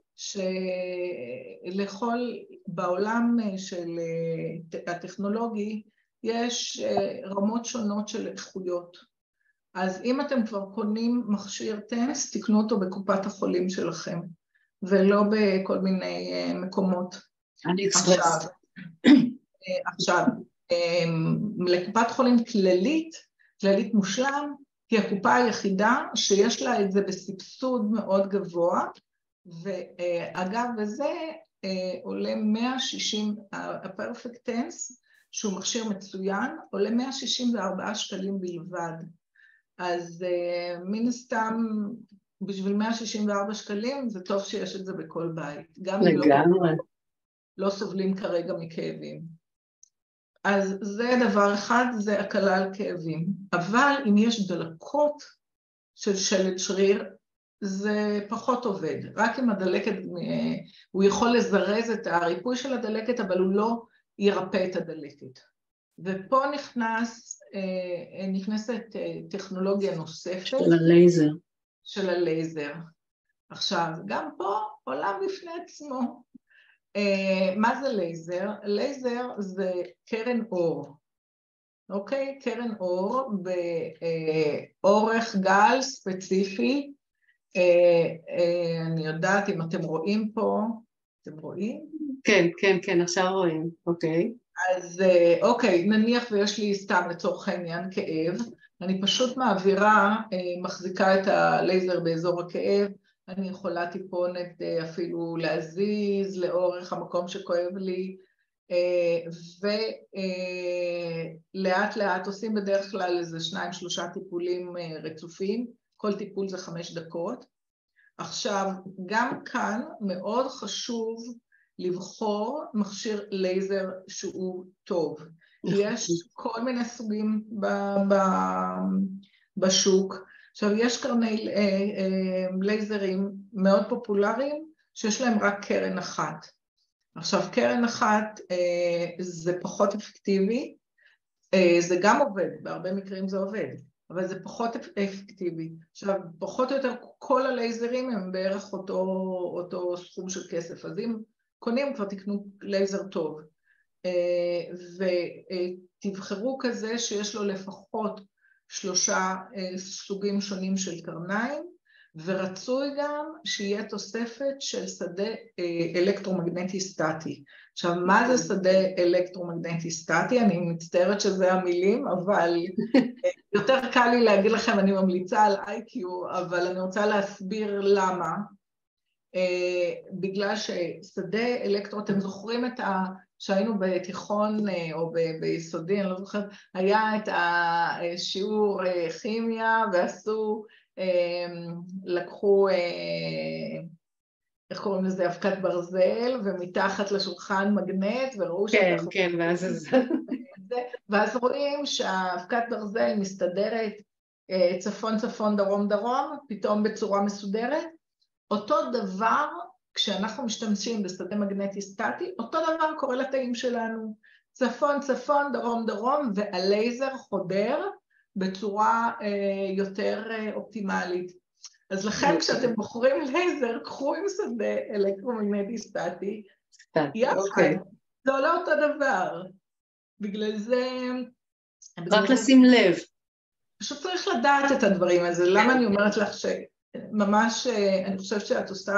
שלכל בעולם של הטכנולוגי יש רמות שונות של איכויות. אז אם אתם כבר קונים מכשיר טנס, תקנו אותו בקופת החולים שלכם, ולא בכל מיני מקומות. אני אקספרס. עכשיו, לקופת חולים כללית, כללית מושלם, היא הקופה היחידה שיש לה את זה בסבסוד מאוד גבוה, ואגב, וזה עולה מאה ושישים, ה-Perfect Tense, שהוא מכשיר מצוין, עולה מאה שישים וארבעה שקלים בלבד. אז מן הסתם, בשביל מאה שישים וארבעה שקלים, זה טוב שיש את זה בכל בית. גם אם לא, לא סובלים כרגע מכאבים. אז זה דבר אחד, זה הקלה על כאבים. אבל אם יש דלקות של שלד שריר, זה פחות עובד. רק אם הדלקת, הוא יכול לזרז את הריפוי של הדלקת, אבל הוא לא ירפא את הדלקת. ופה נכנס, נכנסת טכנולוגיה נוספת. של הלייזר. של הלייזר. עכשיו, גם פה עולם בפני עצמו. מה זה לייזר? לייזר זה קרן אור. אוקיי? קרן אור באורך גל ספציפי. אני יודעת אם אתם רואים פה, אתם רואים? כן, כן, כן, עכשיו רואים, אוקיי. אז אוקיי, נניח ויש לי סתם לצורך העניין כאב, אני פשוט מעבירה, מחזיקה את הלייזר באזור הכאב, אני יכולה טיפונת אפילו להזיז לאורך המקום שכואב לי, ולאט לאט עושים בדרך כלל איזה שניים שלושה טיפולים רצופים, כל טיפול זה חמש דקות. עכשיו, גם כאן מאוד חשוב לבחור מכשיר לייזר שהוא טוב. כי יש כל מיני סוגים ב- ב- בשוק. עכשיו, יש קרני אה, אה, לייזרים מאוד פופולריים, שיש להם רק קרן אחת. עכשיו, קרן אחת אה, זה פחות אפקטיבי, אה, זה גם עובד, בהרבה מקרים זה עובד, אבל זה פחות אפקטיבי. עכשיו, פחות או יותר כל הלייזרים הם בערך אותו, אותו סכום של כסף, אז אם קונים כבר תקנו לייזר טוב, אה, ותבחרו כזה שיש לו לפחות שלושה אה, סוגים שונים של קרניים, ורצוי גם שיהיה תוספת של שדה אלקטרומגנטי סטטי. עכשיו, מה זה שדה אלקטרומגנטי סטטי? אני מצטערת שזה המילים, אבל יותר קל לי להגיד לכם, אני ממליצה על איי קיו, אבל אני רוצה להסביר למה. בגלל ששדה אלקטרו, אתם זוכרים את ה... שהיינו בתיכון או ב- ביסודי, אני לא זוכרת, היה את השיעור כימיה ועשו, לקחו, איך קוראים לזה, אבקת ברזל, ומתחת לשולחן מגנט, וראו כן, כן, ואז זה... ואז רואים שהאבקת ברזל מסתדרת צפון צפון דרום דרום, פתאום בצורה מסודרת. אותו דבר, כשאנחנו משתמשים בשדה מגנטי סטטי, אותו דבר קורה לתאים שלנו. צפון צפון דרום דרום, והלייזר חודר בצורה אה, יותר אה, אופטימלית. אז לכן כשאתם בוחרים לייזר, קחו עם שדה אלקטרומגנטי סטטי, יחד, אוקיי. זה עולה אותו דבר. בגלל זה... רק לשים לב. פשוט צריך לדעת את הדברים הזה. למה אני אומרת לך שממש, אני חושבת שאת עושה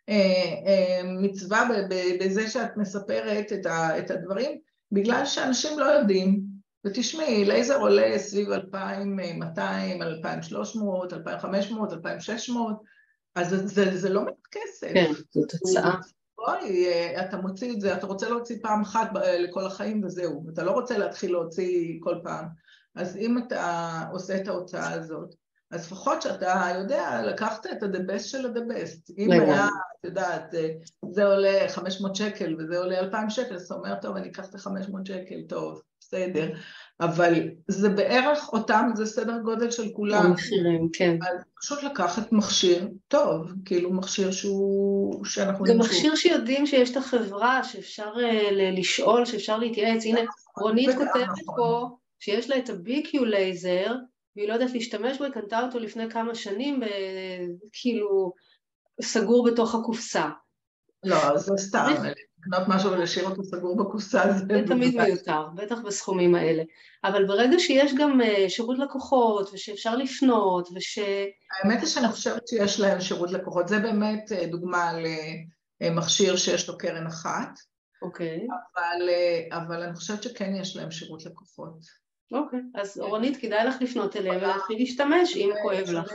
מצווה בזה שאת מספרת את הדברים, בגלל שאנשים לא יודעים. ותשמעי, לייזר עולה סביב אלפיים ומאתיים, אלפיים ושלוש מאות, אלפיים וחמש מאות, אלפיים ושש מאות, אז זה, זה לא מעט כסף. כן, זו תוצאה. בואי, אתה מוציא את זה, אתה רוצה להוציא פעם אחת לכל החיים וזהו, אתה לא רוצה להתחיל להוציא כל פעם. אז אם אתה עושה את ההוצאה הזאת, אז לפחות שאתה יודע, לקחת את ה-the best של ה-the best. אם היה, את יודעת, זה עולה חמש מאות שקל וזה עולה אלפיים שקל, אז אתה אומר, טוב, אני אקח את ה-חמש מאות שקל, טוב, בסדר. אבל זה בערך אותם, זה סדר גודל של כולם. המחירים, כן. אז פשוט לקחת מכשיר טוב, כאילו מכשיר שהוא, שאנחנו... גם מכשיר שיודעים שיש את החברה, שאפשר לשאול, שאפשר להתייעץ. הנה, רונית כותבת פה, שיש לה את ה-בי קיו לייזר, והיא לא יודעת להשתמש בו, היא קנתה אותו לפני כמה שנים, כאילו סגור בתוך הקופסה. לא, זה סתם, לקנות משהו ולהשאיר אותו סגור בקופסה, זה... זה תמיד מיותר, בטח בסכומים האלה. אבל ברגע שיש גם שירות לקוחות, ושאפשר לפנות, וש... האמת היא שאני חושבת שיש להם שירות לקוחות, זה באמת דוגמה למכשיר שיש לו קרן אחת, אוקיי. אבל, אבל אני חושבת שכן יש להם שירות לקוחות. אוקיי, אז רונית, כדאי לך לפנות אליהם ולהתחיל להשתמש, אם כואב לך.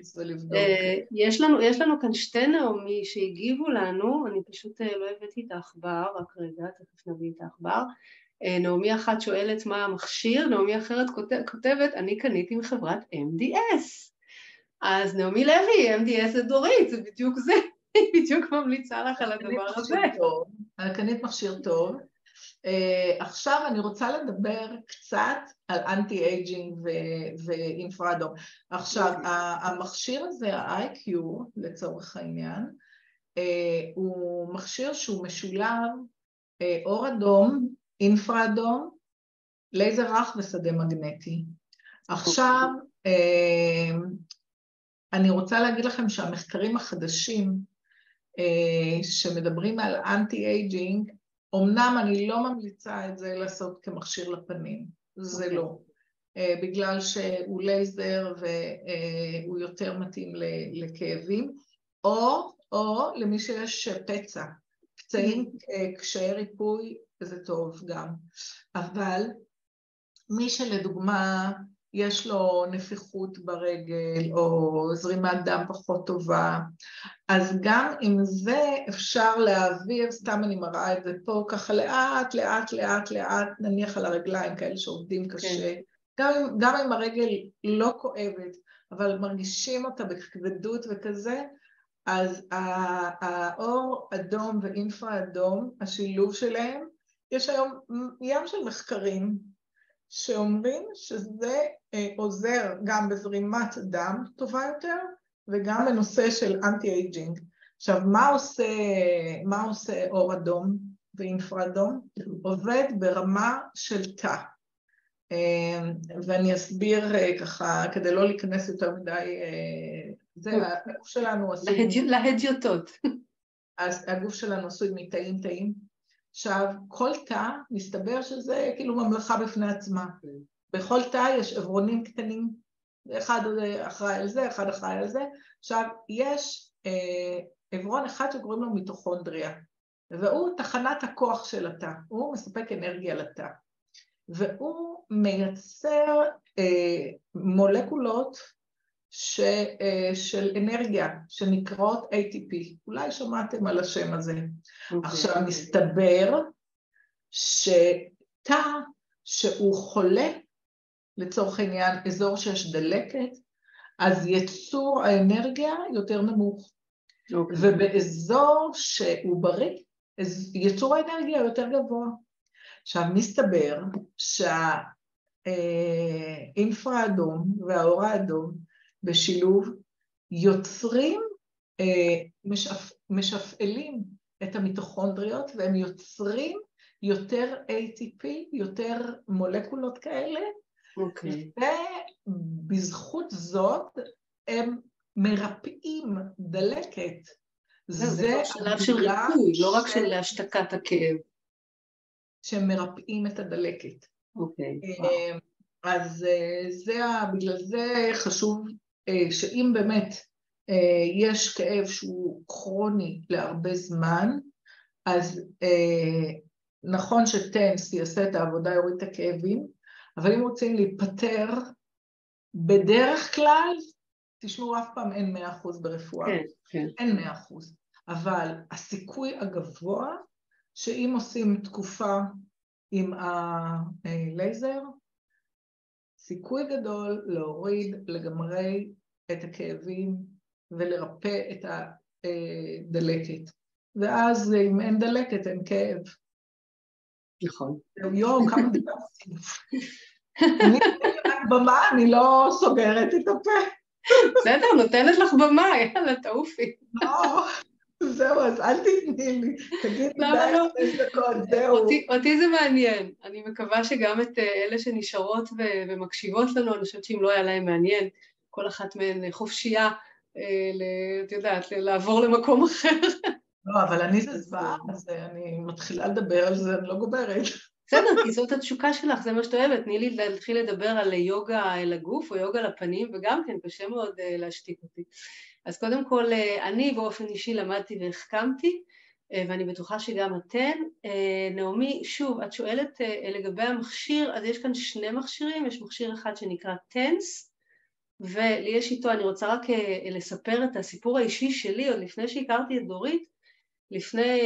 יש לנו, יש לנו כאן שתי נעמי שהגיבו לנו, אני פשוט לא הבאתי את העכבר, רק רגע, תכף נביא את העכבר. נעמי אחת שואלת מה המכשיר, נעמי אחרת כותבת, אני קניתי מחברת אם די אס. אז נעמי לוי, אם די אס זה דורית, זה בדיוק זה, היא בדיוק ממליצה לך על הדבר הזה. קנית מכשיר טוב. Uh, עכשיו אני רוצה לדבר קצת על אנטי-אייג'ינג ואינפרה אדום. עכשיו, okay. המכשיר הזה, ה-איי קיו, לצורך העניין, uh, הוא מכשיר שהוא משולב uh, אור אדום, אינפרה אדום, לייזר רך ושדה מגנטי. עכשיו, uh, אני רוצה להגיד לכם שהמחקרים החדשים uh, שמדברים על אנטי-אייג'ינג, אמנם אני לא ממליצה את זה לעשות כמכשיר לפנים, זה okay. לא, uh, בגלל שהוא לייזר והוא יותר מתאים לכאבים, או, או למי שיש פצע, פצעים mm-hmm. קשיי ריפוי, זה טוב גם, אבל מי שלדוגמה יש לו נפיחות ברגל או זרימת דם פחות טובה, אז גם עם זה אפשר להעביר, סתם אני מראה את זה פה, ככה לאט, לאט, לאט, לאט, נניח על הרגליים, כאלה שעובדים קשה, כן. גם, גם אם הרגל לא כואבת, אבל מרגישים אותה בכבדות וכזה, אז האור אדום ואינפרה אדום, השילוב שלהם, יש היום ים של מחקרים שאומרים שזה עוזר גם בזרימת דם טובה יותר, וגם בנושא של אנטי-אייג'ינג. עכשיו, מה עושה, מה עושה אור אדום ואינפרה אדום? עובד ברמה של תא. ואני אסביר ככה, כדי לא להיכנס יותר מדי, זה הגוף שלנו עשוי... להדיוטות. הגוף שלנו עשוי מתאים תאים. עכשיו, כל תא, מסתבר שזה כאילו ממלכה בפני עצמה. בכל תא יש עברונים קטנים, אחד אחראי על זה, אחד אחראי על זה. עכשיו, יש עברון אחד שקוראים לו מיטוכונדריה, והוא תחנת הכוח של התא, הוא מספק אנרגיה לתא. והוא מייצר אה, מולקולות ש, אה, של אנרגיה שנקראות איי טי פי. אולי שמעתם על השם הזה. Okay. עכשיו מסתבר שתא שהוא חולה, לצורך העניין אזור שיש דלקת, אז יצור האנרגיה יותר נמוך. Okay. ובאזור שהוא בריא, יצור האנרגיה יותר גבוה. עכשיו, מסתבר שהאינפרה אדום והאור האדום בשילוב יוצרים, משפ... משפעלים את המיטוכונדריות, והם יוצרים יותר איי טי פי, יותר מולקולות כאלה, אוקיי. ובזכות זאת הם מרפאים דלקת. זה שלב של ריפוי, לא רק של השתקת הכאב. שהם מרפאים את הדלקת. אוקיי. אז זה, בגלל זה חשוב שאם באמת יש כאב שהוא כרוני להרבה זמן, אז נכון שטנס יעשה את העבודה, יוריד את הכאבים, אבל אם רוצים להיפטר, בדרך כלל, תשמעו, אף פעם אין מאה אחוז ברפואה. כן, כן. אין מאה אחוז. אבל הסיכוי הגבוה, שאם עושים תקופה עם הלייזר, סיכוי גדול להוריד לגמרי את הכאבים ולרפא את הדלקת. ואז אם אין דלקת, אין כאב. נכון. יום, כמה דיברתי. אני רק במה, אני לא סוגרת את הפה. בסדר, נותנת לך במה, יאללה, תעופי. לא. זהו, אז אל תתני לי, תגידי די חמש דקות, זהו. אותי זה מעניין, אני מקווה שגם את אלה שנשארות ומקשיבות לנו, אני חושבת שאם לא היה להם מעניין, כל אחת מהן חופשייה, את יודעת, לעבור למקום אחר. לא, אבל אני זה זוועה, אז אני מתחילה לדבר על זה, אני לא גוברת. בסדר, כי זאת התשוקה שלך, זה מה שאת אוהבת, תני לי להתחיל לדבר על יוגה לגוף או יוגה לפנים, וגם כן, קשה מאוד להשתיק אותי. אז קודם כל, אני באופן אישי למדתי והחכמתי, ואני בטוחה שגם אתן. נעמי, שוב, את שואלת לגבי המכשיר, אז יש כאן שני מכשירים, יש מכשיר אחד שנקרא טנס, ולי יש איתו, אני רוצה רק לספר את הסיפור האישי שלי, עוד לפני שהכרתי את דורית, לפני,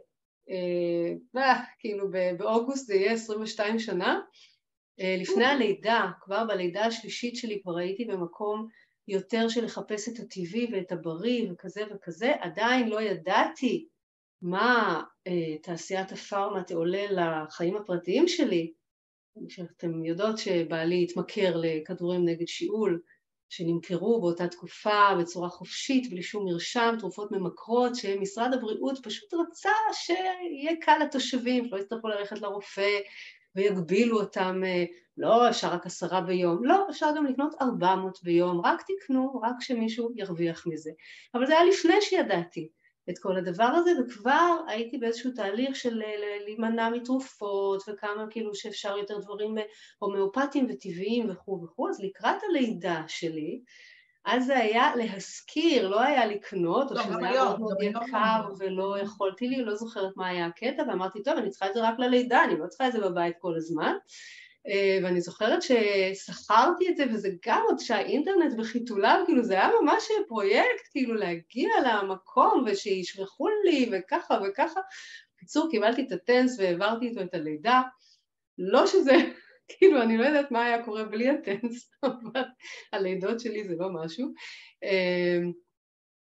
אה, כאילו באוגוסט זה יהיה עשרים ושתיים שנה, לפני הלידה, כבר בלידה השלישית שלי כבר הייתי במקום יותר של לחפש את הטבעי ואת הבריא וכזה וכזה, עדיין לא ידעתי מה אה, תעשיית הפארמה תעולה לחיים הפרטיים שלי, שאתם יודעות שבעלי התמכר לכדורים נגד שיעול, שנמכרו באותה תקופה בצורה חופשית, בלי שום מרשם, תרופות ממכרות, שמשרד הבריאות פשוט רצה שיהיה קל לתושבים, שלא יצטרכו ללכת לרופא, ויגבילו אותם, לא אפשר רק עשרה ביום, לא אפשר גם לקנות ארבע מאות ביום, רק תקנו, רק שמישהו ירוויח מזה. אבל זה היה לפני שידעתי את כל הדבר הזה, וכבר הייתי באיזשהו תהליך של להימנע מתרופות, וכמה כאילו שאפשר יותר דברים הומאופטיים וטבעיים וכו' וכו', אז לקראת הלידה שלי, אז זה היה להזכיר, לא היה לקנות, או שזה היה מאוד מאוד יקר, ולא יכולתי לי, לא זוכרת מה היה הקטע, ואמרתי, טוב, אני צריכה את זה רק ללידה, אני לא צריכה את זה בבית כל הזמן, ואני זוכרת ששכרתי את זה, וזה גם עוד שהאינטרנט בחיתוליו, כאילו זה היה ממש פרויקט, כאילו להגיע למקום, ושישלחו לי, וככה וככה. בקיצור, קיבלתי את הטנס, והעברתי איתו את הלידה, לא שזה... כאילו, אני לא יודעת מה היה קורה בלי הטנס, אבל הלידות שלי זה לא משהו.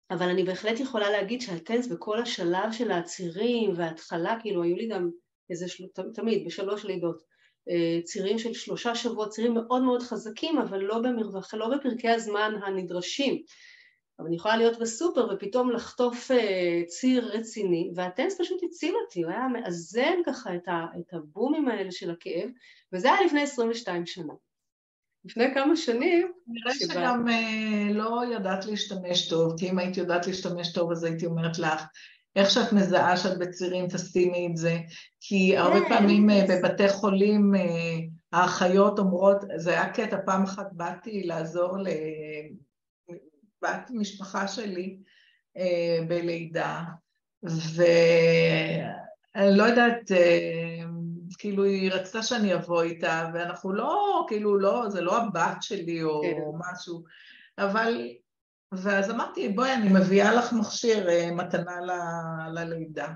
אבל אני בהחלט יכולה להגיד שהטנס בכל השלב של הצירים וההתחלה, כאילו היו לי גם איזה, של... תמיד, בשלוש לידות, צירים של שלושה שבועות, צירים מאוד מאוד חזקים, אבל לא במרווח, לא בפרקי הזמן הנדרשים. אבל אני יכולה להיות בסופר ופתאום לחטוף ציר רציני, והטנס פשוט הציל אותי, הוא היה מאזן ככה את, ה... את הבומים האלה של הכאב, וזה היה לפני עשרים ושתיים שנה. לפני כמה שנים... נראה שבא... שגם אה, לא ידעת להשתמש טוב, כי אם היית יודעת להשתמש טוב, אז הייתי אומרת לך, איך שאת מזהה שאת בצירים, תשימי את זה, כי הרבה פעמים אה, בבתי חולים, אה, האחיות אומרות, זה היה קטע, פעם אחת באתי לעזור לבת משפחה שלי אה, בלידה, ואני לא יודעת, אה, כאילו היא רצתה שאני אבוא איתה, ואנחנו לא, כאילו לא, זה לא הבת שלי או כן. משהו, אבל, ואז אמרתי, בואי, אני מביאה לך מכשיר מתנה ל, ללידה.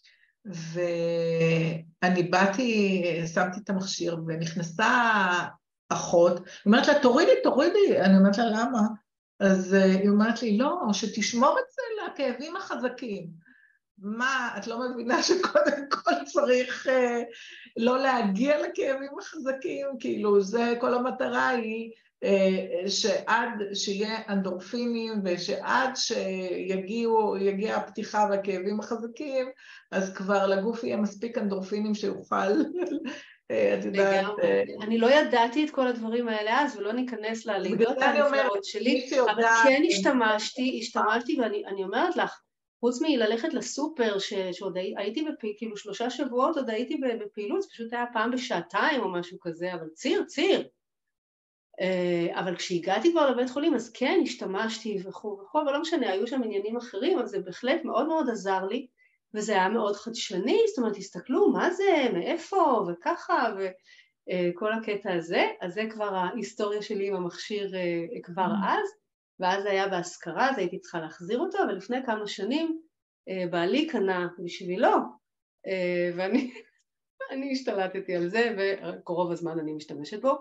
ואני באתי, שמתי את המכשיר, ונכנסה אחות, היא אומרת לה, תורידי, תורידי, אני אומרת לה, למה? אז היא אומרת לי, לא, שתשמור את זה לכאבים החזקים. מה, את לא מבינה שקודם כל צריך אה, לא להגיע לכאבים החזקים, כאילו זה כל המטרה היא אה, שעד שיהיה אנדורפינים ושעד שיגיעו, יגיע הפתיחה והכאבים החזקים, אז כבר לגוף יהיה מספיק אנדורפינים שיוכל, את יודעת... אני לא ידעתי את כל הדברים האלה אז, ולא ניכנס ללידות הנפלאות שלי, אבל כן השתמשתי, השתמשתי ואני אומרת לך, חוץ מללכת לסופר, שעוד הייתי בפעילות, כאילו שלושה שבועות עוד הייתי בפעילות, זה פשוט היה פעם בשעתיים או משהו כזה, אבל ציר, ציר. אבל כשהגעתי כבר לבית חולים, אז כן, השתמשתי וכו' וכו', אבל לא משנה, היו שם עניינים אחרים, אבל זה בהחלט מאוד מאוד עזר לי, וזה היה מאוד חדשני, זאת אומרת, תסתכלו, מה זה, מאיפה, וככה, וכל הקטע הזה, אז זה כבר ההיסטוריה שלי עם המכשיר כבר אז, ואז זה היה בהשכרה, אז הייתי צריכה להחזיר אותו, אבל לפני כמה שנים בעלי קנה בשבילו, ואני אני השתלטתי על זה, ורוב הזמן אני משתמשת בו.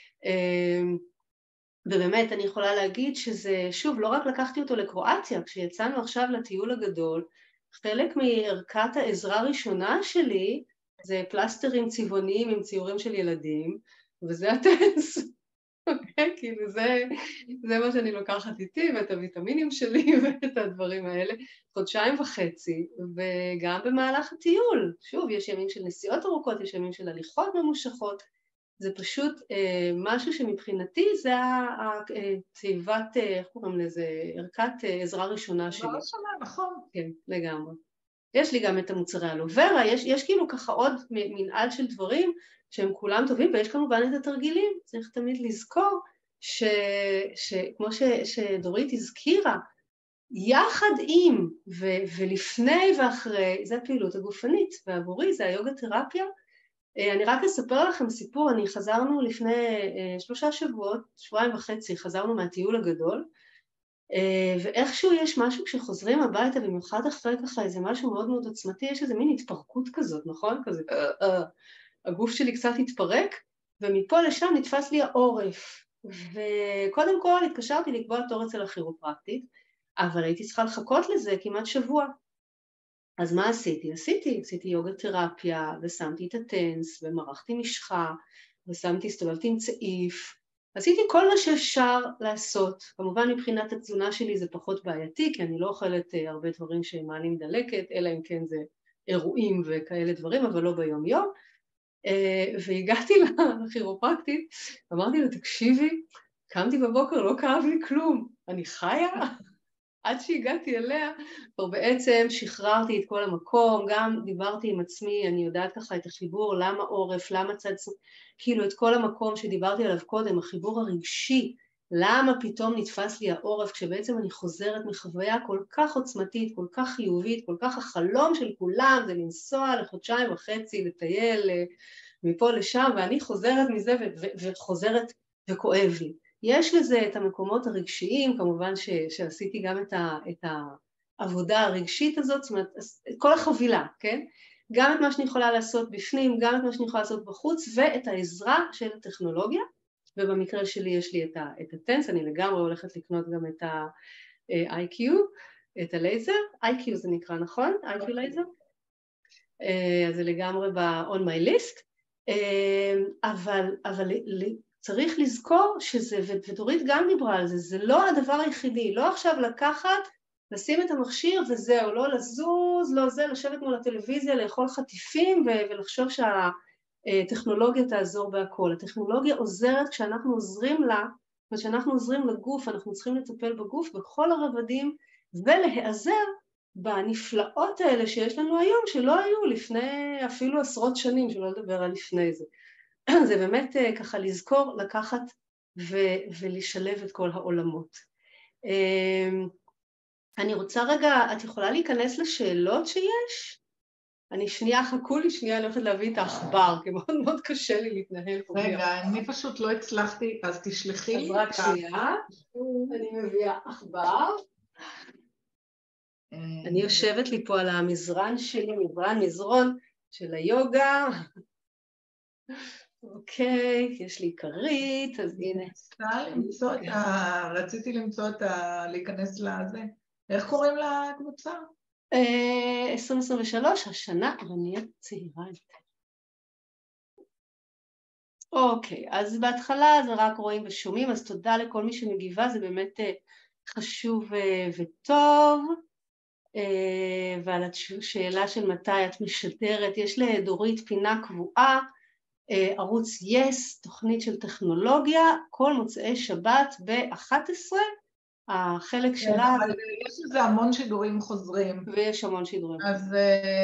ובאמת אני יכולה להגיד שזה, שוב, לא רק לקחתי אותו לקרואטיה, כשיצאנו עכשיו לטיול הגדול, חלק מערכת העזרה הראשונה שלי, זה פלסטרים צבעוניים עם ציורים של ילדים, וזה הטנס. אוקיי, כאילו זה, זה מה שאני לוקחת איתי, ואת הוויטמינים שלי ואת הדברים האלה, חודשיים וחצי, וגם במהלך הטיול. שוב, יש ימים של נסיעות ארוכות, יש ימים של הליכות ממושכות, זה פשוט אה, משהו שמבחינתי זה התיבת, איך קוראים לזה, ערכת אה, עזרה ראשונה שלי. עזרה ראשונה, נכון. כן, לגמרי. יש לי גם את המוצרי הלוברה, יש, יש כאילו ככה עוד מנעד של דברים שהם כולם טובים, ויש כמובן את התרגילים, צריך תמיד לזכור ש, שכמו ש, שדורית הזכירה, יחד עם ו, ולפני ואחרי, זה הפעילות הגופנית, ועבורי זה היוגה תרפיה. אני רק אספר לכם סיפור, אני חזרנו לפני שלושה שבועות, שבועיים וחצי, חזרנו מהטיול הגדול, ואיכשהו יש משהו כשחוזרים הביתה, במיוחד אחרי ככה איזה משהו מאוד מאוד עוצמתי, יש איזה מין התפרקות כזאת, נכון? כזה, הגוף שלי קצת התפרק, ומפה לשם נתפס לי העורף, וקודם כל התקשרתי לקבוע תור אצל הכירופרקטית, אבל הייתי צריכה לחכות לזה כמעט שבוע. אז מה עשיתי? עשיתי, עשיתי יוגה תרפיה, ושמתי את הטנס, ומרחתי משחה, ושמתי, הסתובבתי עם צעיף, עשיתי כל מה שאפשר לעשות. כמובן מבחינת התזונה שלי זה פחות בעייתי, כי אני לא אוכלת הרבה דברים שמעלים דלקת, אלא אם כן זה אירועים וכאלה דברים, אבל לא ביום יום. והגעתי לכירופרקטית, אמרתי לה, תקשיבי, קמתי בבוקר, לא כאב לי כלום, אני חיה? עד שהגעתי אליה, כבר בעצם שחררתי את כל המקום, גם דיברתי עם עצמי, אני יודעת ככה את החיבור, למה עורף, למה צד, כאילו את כל המקום שדיברתי עליו קודם, החיבור הרגשי, למה פתאום נתפס לי העורף, כשבעצם אני חוזרת מחוויה כל כך עוצמתית, כל כך חיובית, כל כך החלום של כולם, זה לנסוע לחודשיים וחצי, לטייל מפה לשם, ואני חוזרת מזה ו- וחוזרת וכואב לי. יש לזה את המקומות הרגשיים, כמובן ש, שעשיתי גם את, ה, את העבודה הרגשית הזאת, זאת אומרת, את כל החבילה, כן? גם את מה שאני יכולה לעשות בפנים, גם את מה שאני יכולה לעשות בחוץ, ואת העזרה של הטכנולוגיה, ובמקרה שלי יש לי את, ה, את הטנס, אני לגמרי הולכת לקנות גם את ה-איי קיו, את הלייזר, איי קיו זה נקרא, נכון? איי קיו לייזר? אז זה לגמרי ב-on my list, אבל, אבל צריך לזכור שזה, ודורית גם דיברה על זה, זה לא הדבר היחידי, לא עכשיו לקחת, לשים את המכשיר וזהו, לא לזוז, לא זה, לשבת מול הטלוויזיה, לאכול חטיפים ולחשוב שהטכנולוגיה תעזור בהכל. הטכנולוגיה עוזרת כשאנחנו עוזרים לה, וכשאנחנו עוזרים לגוף, אנחנו צריכים לטפל בגוף בכל הרבדים, ולהיעזר בנפלאות האלה שיש לנו היום, שלא היו לפני אפילו עשרות שנים, שלא לדבר על לפני זה. זה באמת ככה לזכור, לקחת ו- ולשלב את כל העולמות. אני רוצה רגע, את יכולה להיכנס לשאלות שיש? אני שנייה, חכו לי שנייה, אני הולכת להביא את האחבר, כי מאוד מאוד קשה לי להתנהל פה. רגע, אני פשוט לא הצלחתי, אז תשלחי לי. אז רק שנייה, אני מביאה אחבר. אני יושבת לי פה על המזרן שלי, מזרן מזרון של היוגה. אוקיי, יש לי כרית, אז הנה. למצוא את ה... רציתי למצוא את ה... להיכנס לזה. איך קוראים לקבוצה? עשרים עשרים ושלוש, השנה כבר נהיית צעירה יותר. אוקיי, אז בהתחלה זה רק רואים ושומעים, אז תודה לכל מי שמגיבה, זה באמת חשוב וטוב. ועל השאלה של מתי את משדרת, יש לדורית פינה קבועה, ערוץ יס, תוכנית של טכנולוגיה, כל מוצאי שבת ב-אחת עשרה, החלק שלה... אבל יש לזה המון שידורים חוזרים. ויש המון שידורים. אז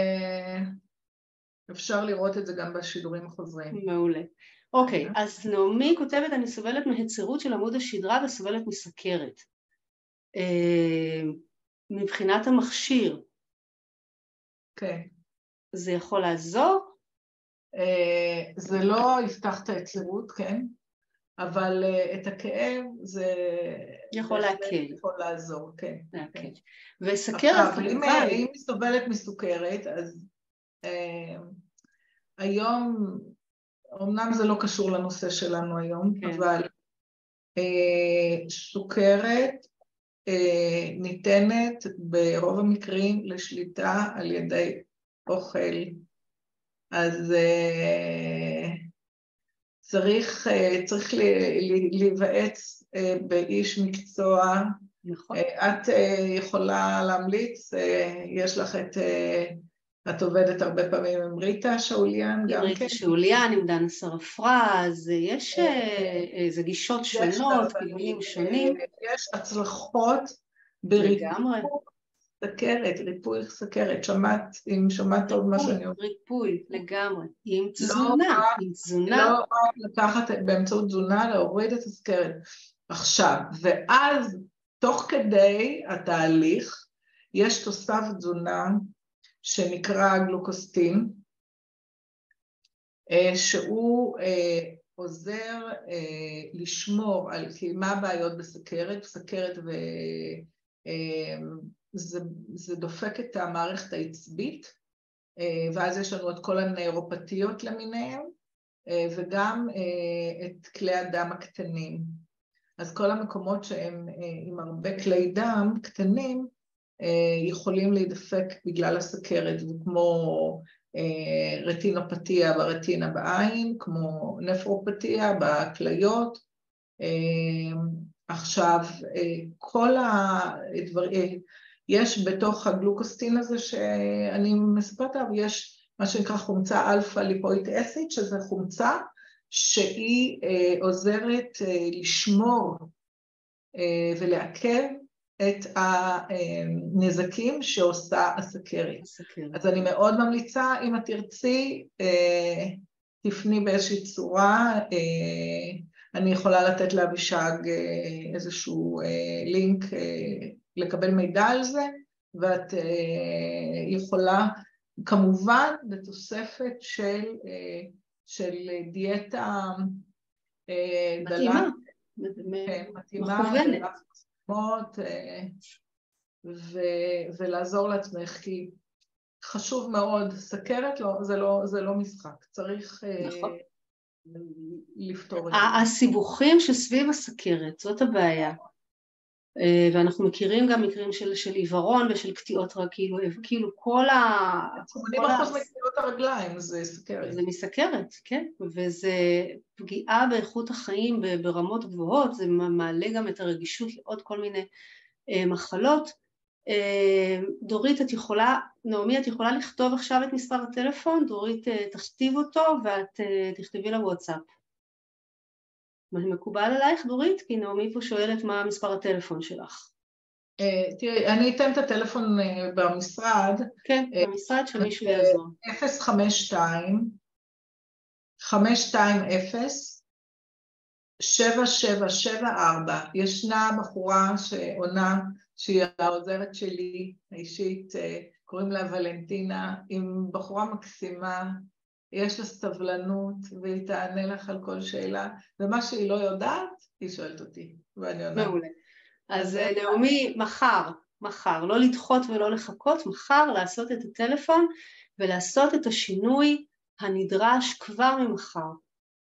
אפשר לראות את זה גם בשידורים החוזרים. מעולה. אוקיי, אז נעמי כותבת, אני סובלת מהיצירות של עמוד השדרה וסובלת מסכרת. מבחינת המכשיר. כן. זה יכול לעזור? זה לא יפתח את היצירות, כן, אבל את הכאב זה... יכול להקל. יכול לעזור, כן. להקל. וסכרת כמובן... אם היא סובלת מסוכרת, אז היום, אמנם זה לא קשור לנושא שלנו היום, אבל סוכרת ניתנת ברוב המקרים לשליטה על ידי אוכל. אז צריך, צריך להיוועץ באיש מקצוע. נכון. את יכולה להמליץ, יש לך את, את עובדת הרבה פעמים עם ריטה שאוליאן, עם ריטה שאוליאן, עם דנה סרפרז, יש איזה גישות שונות, כיוונים שונים. יש הצלחות בריפוי סכרת, ריפוי סכרת, שמעת, אם שמעת עוד מה שאני אומרת. ריפוי, לגמרי, עם תזונה, עם תזונה. לא רק לקחת באמצעות תזונה, להוריד את הסכרת. עכשיו, ואז תוך כדי התהליך, יש תוסף תזונה שנקרא גלוקוסטין, שהוא עוזר לשמור על מה הבעיות בסכרת, סכרת ו... זה, זה דופק את המערכת העצבית, ואז יש לנו את כל הנאירופתיות למיניהם, וגם את כלי הדם הקטנים. אז כל המקומות שהם עם הרבה כלי דם קטנים, יכולים להידפק בגלל הסכרת, וכמו רטינופתיה ברטינה בעין, כמו נפרופתיה בכליות. עכשיו, כל הדברים, יש בתוך הגלוקוסטין הזה שאני מספרת עליו, יש מה שנקרא חומצה אלפא ליפואיק אסיד, שזה חומצה שהיא עוזרת לשמור ולעכב את הנזקים שעושה הסכרת. אז אני מאוד ממליצה, אם את תרצי, תפני באיזושהי צורה, אני יכולה לתת לאבישג איזשהו לינק לקבל מידע על זה, ואת יכולה כמובן בתוספת של, של דיאטה מתאימה, מתאימה, ולעזור לעצמך, כי חשוב מאוד, סכרת לא, זה לא, זה לא משחק, צריך נכון. לפתור את זה. הסיבוכים שסביב הסכרת, זאת הבעיה. ואנחנו מכירים גם מקרים של, של עיוורון ושל קטיעות, כאילו, כאילו כל ה... שמונים אחוז מקטיעות הרגליים, זה סכרת. זה מסכרת, כן, וזה פגיעה באיכות החיים ברמות גבוהות, זה מעלה גם את הרגישות לעוד כל מיני מחלות. דורית, את יכולה, נעמי, את יכולה לכתוב עכשיו את מספר הטלפון, דורית תכתיב אותו ואת תכתבי לוואטסאפ. מקובל עלייך, דורית? כי נעמי פה שואלת מה מספר הטלפון שלך. תראי, אני אתן את הטלפון במשרד. כן, במשרד שמישהו יעזור. אפס חמש שתיים חמש שתיים אפס שבע שבע שבע ארבע. ישנה בחורה שעונה, שהיא העוזרת שלי, האישית, קוראים לה ולנטינה, עם בחורה מקסימה, יש לה סבלנות, והיא תענה לך על כל שאלה, ומה שהיא לא יודעת, היא שואלת אותי, ואני עונה. מעולה. אז נעמי, מחר, מחר, לא לדחות ולא לחכות, מחר לעשות את הטלפון, ולעשות את השינוי הנדרש כבר ממחר.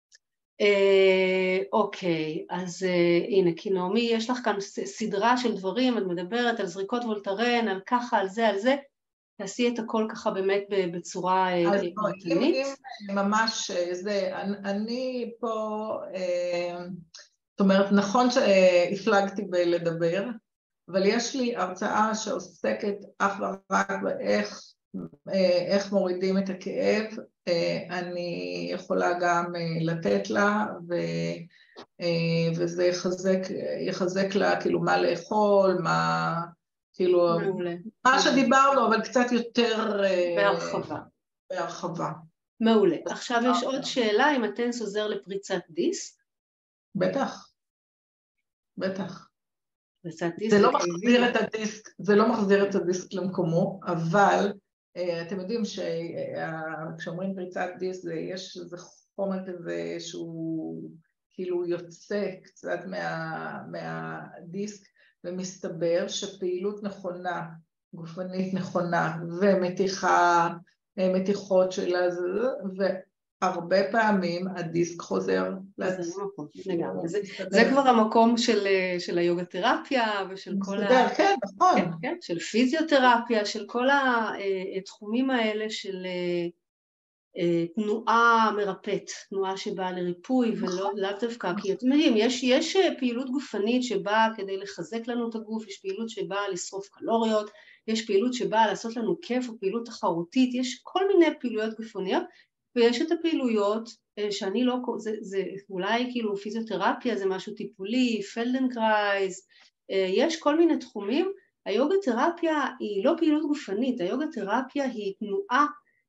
אוקיי, אז הנה, כי נעמי, יש לך כאן סדרה של דברים, את מדברת על זריקות וולטרן, על ככה, על זה, על זה, תעשי את הכל ככה באמת בצורה פרטנית. אם ממש זה, אני פה, זאת אומרת, נכון שהפלגתי בלדבר, אבל יש לי הרצאה שעוסקת אך ורק באיך, איך מורידים את הכאב, אני יכולה גם לתת לה, וזה יחזק, יחזק לה כאילו מה לאכול, מה... כאילו, מעולה. מה שדיברנו, אבל קצת יותר... בהרחבה. בהרחבה. מעולה. עכשיו יש עוד שאלה, אם הטנס עוזר לפריצת דיסק? בטח. בטח. פריצת דיסק... זה לא מחזיר את הדיסק, זה לא מחזיר את הדיסק למקומו, אבל אתם יודעים שכשאומרים פריצת דיסק, יש איזה חומר כזה שהוא כאילו יוצא קצת מה, מהדיסק, ומסתבר שפעילות נכונה, גופנית נכונה, ומתיחה, מתיחות שלה, והרבה פעמים הדיסק חוזר לעצמו. זה כבר המקום של היוגה-תרפיה, ושל כל ה... כן, נכון. של פיזיותרפיה, של כל התחומים האלה של תנועה מרפאת, תנועה שבאה לריפוי, ולא דווקא, כי אתם יודעים, יש פעילות גופנית שבאה כדי לחזק לנו את הגוף, יש פעילות שבאה לשרוף קלוריות, יש פעילות שבאה לעשות לנו כיף, או פעילות תחרותית, יש כל מיני פעילויות גופניות, ויש את הפעילויות שאני לא, זה, זה אולי כאילו פיזיותרפיה, זה משהו טיפולי, פלדנקרייז, יש כל מיני תחומים. היוגה תרפיה היא לא פעילות גופנית, היוגה תרפיה היא תנועה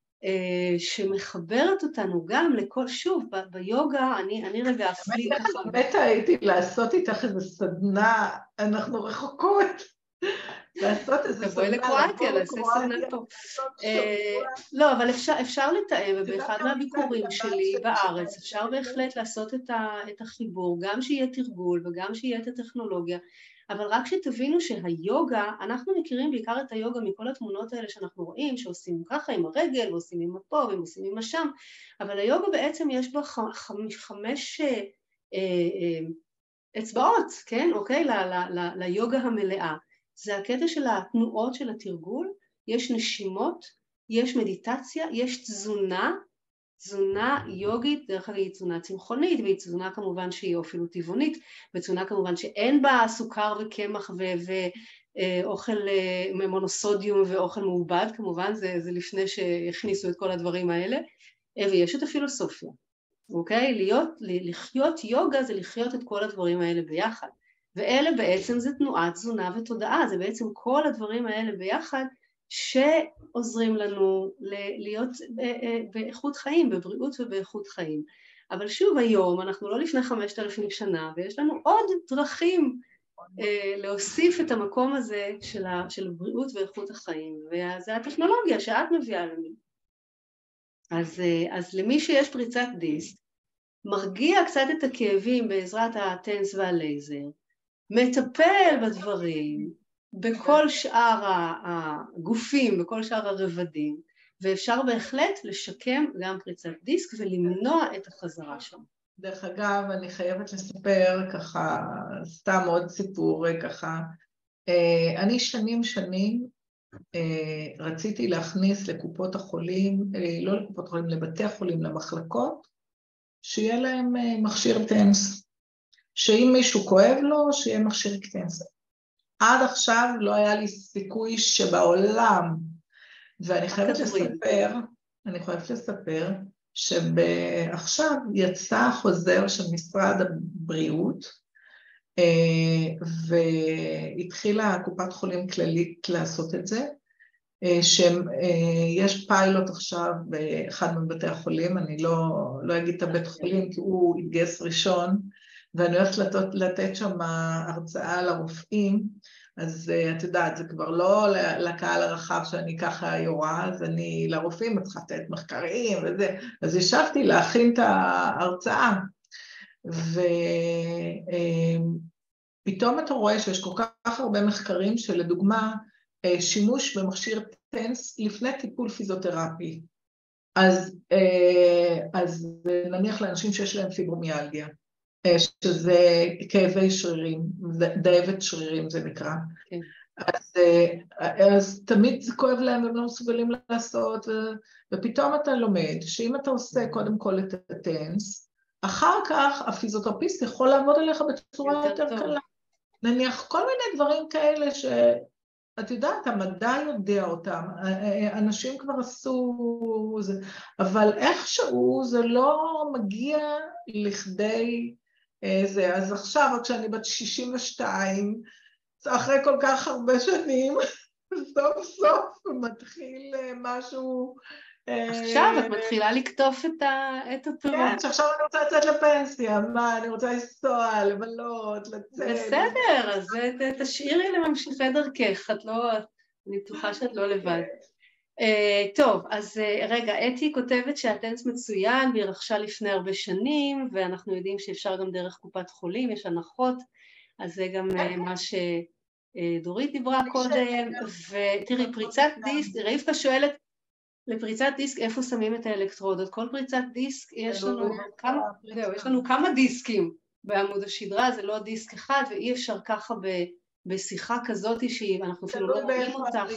שמחברת אותנו גם לכל, שוב, ביוגה, אני, אני רגע אפליג ככה. באמת הייתי לעשות איתך איזו סדנה, אנחנו רחוקות. לעשות איזו סדנה. תבואי לקרואטיה, לעשות סדנה פה. לא, אבל אפשר לתאם, ובאחד מהביקורים שלי בארץ, אפשר בהחלט לעשות את החיבור, גם שיהיה תרגול וגם שיהיה את הטכנולוגיה, אבל רק שתבינו שהיוגה, אנחנו מכירים בעיקר את היוגה מכל התמונות האלה שאנחנו רואים, שעושים ככה עם הרגל, ועושים עם הפה, ועושים עם השם, אבל היוגה בעצם יש בה חמש אצבעות, כן, אוקיי, ליוגה המלאה. זה הקטע של התנועות של התרגול, יש נשימות, יש מדיטציה, יש תזונה, תזונה יוגית, דרך אגב היא תזונה צמחונית, והיא תזונה כמובן שהיא אפילו טבעונית, ותזונה כמובן שאין בה סוכר וקמח ואוכל מונוסודיום ואוכל מעובד, כמובן זה, זה לפני שהכניסו את כל הדברים האלה, ויש את הפילוסופיה, אוקיי? להיות, לחיות יוגה זה לחיות את כל הדברים האלה ביחד, ואלה בעצם זה תנועת תזונה ותודעה, זה בעצם כל הדברים האלה ביחד, שעוזרים לנו להיות באיכות חיים, בבריאות ובאיכות חיים. אבל שוב היום, אנחנו לא לפני חמשת אלפים שנה, ויש לנו עוד דרכים להוסיף את המקום הזה של בריאות ואיכות החיים, וזה הטכנולוגיה שאת מביאה לנו. אז, אז למי שיש פריצת דיסק, מרגיע קצת את הכאבים בעזרת הטנס והלייזר, מטפל בדברים, בכל שאר הגופים, בכל שאר הרבדים, ואפשר בהחלט לשקם גם פריצת דיסק ולמנוע את החזרה שם. דרך אגב, אני חייבת לספר ככה, סתם עוד סיפור ככה. אני שנים שנים רציתי להכניס לקופות החולים, לא לקופות החולים, לבתי החולים, למחלקות, שיהיה להם מכשיר טנס. שאם מישהו כואב לו, שיהיה מכשיר טנס. עד עכשיו לא היה לי סיכוי שבעולם, ואני חייבת לספר, אני חייבת לספר, שעכשיו יצא חוזר של משרד הבריאות, והתחילה קופת חולים כללית לעשות את זה, שיש פיילוט עכשיו באחד מבתי החולים, אני לא, לא אגיד את הבית חולים, כי הוא התגייס ראשון, ואני הולכת לתת, לתת שם הרצאה לרופאים, אז את יודעת, זה כבר לא לקהל הרחב שאני ככה יורה, אז אני לרופאים צריכה לתת מחקרים וזה, אז ישבתי להכין את ההרצאה, ופתאום אתה רואה שיש כל כך הרבה מחקרים שלדוגמה, שימוש במכשיר טנס לפני טיפול פיזיותרפי, אז, אז נניח לאנשים שיש להם פיברומיאלגיה, שזה כאבי שרירים, דאבת שרירים זה נקרא. Okay. אז, אז תמיד זה כואב להם והם לא מסוגלים לעשות, ו, ופתאום אתה לומד שאם אתה עושה קודם כל את הטנס, אחר כך הפיזיותרפיסט יכול לעבוד עליך בצורה יותר, יותר קלה. נניח כל מיני דברים כאלה שאת יודעת, המדע יודע אותם, אנשים כבר עשו זה, אבל איכשהו זה לא מגיע לכדי זה. אז עכשיו, כשאני בת שישים ושתיים, אחרי כל כך הרבה שנים, סוף סוף מתחיל משהו... עכשיו את מתחילה לקטוף את הפירות. כן, שעכשיו אני רוצה לצאת לפנסיה, מה, אני רוצה לנסוע, לבלות, לצאת. בסדר, אז תשאירי לממשיכי דרכך, את לא, אני בטוחה שאת לא לבד. טוב, אז רגע, אתי כותבת שהטנס מצוין, והיא רכשה לפני הרבה שנים, ואנחנו יודעים שאפשר גם דרך קופת חולים, יש הנחות, אז זה גם מה שדורית דיברה קודם, ותראי, פריצת דיסק, רבקה שואלת, לפריצת דיסק איפה שמים את האלקטרודות, כל פריצת דיסק יש לנו כמה, זהו, יש לנו כמה דיסקים בעמוד השדרה, זה לא דיסק אחד, ואי אפשר ככה בשיחה כזאת שאנחנו אפילו לא רואים אותך,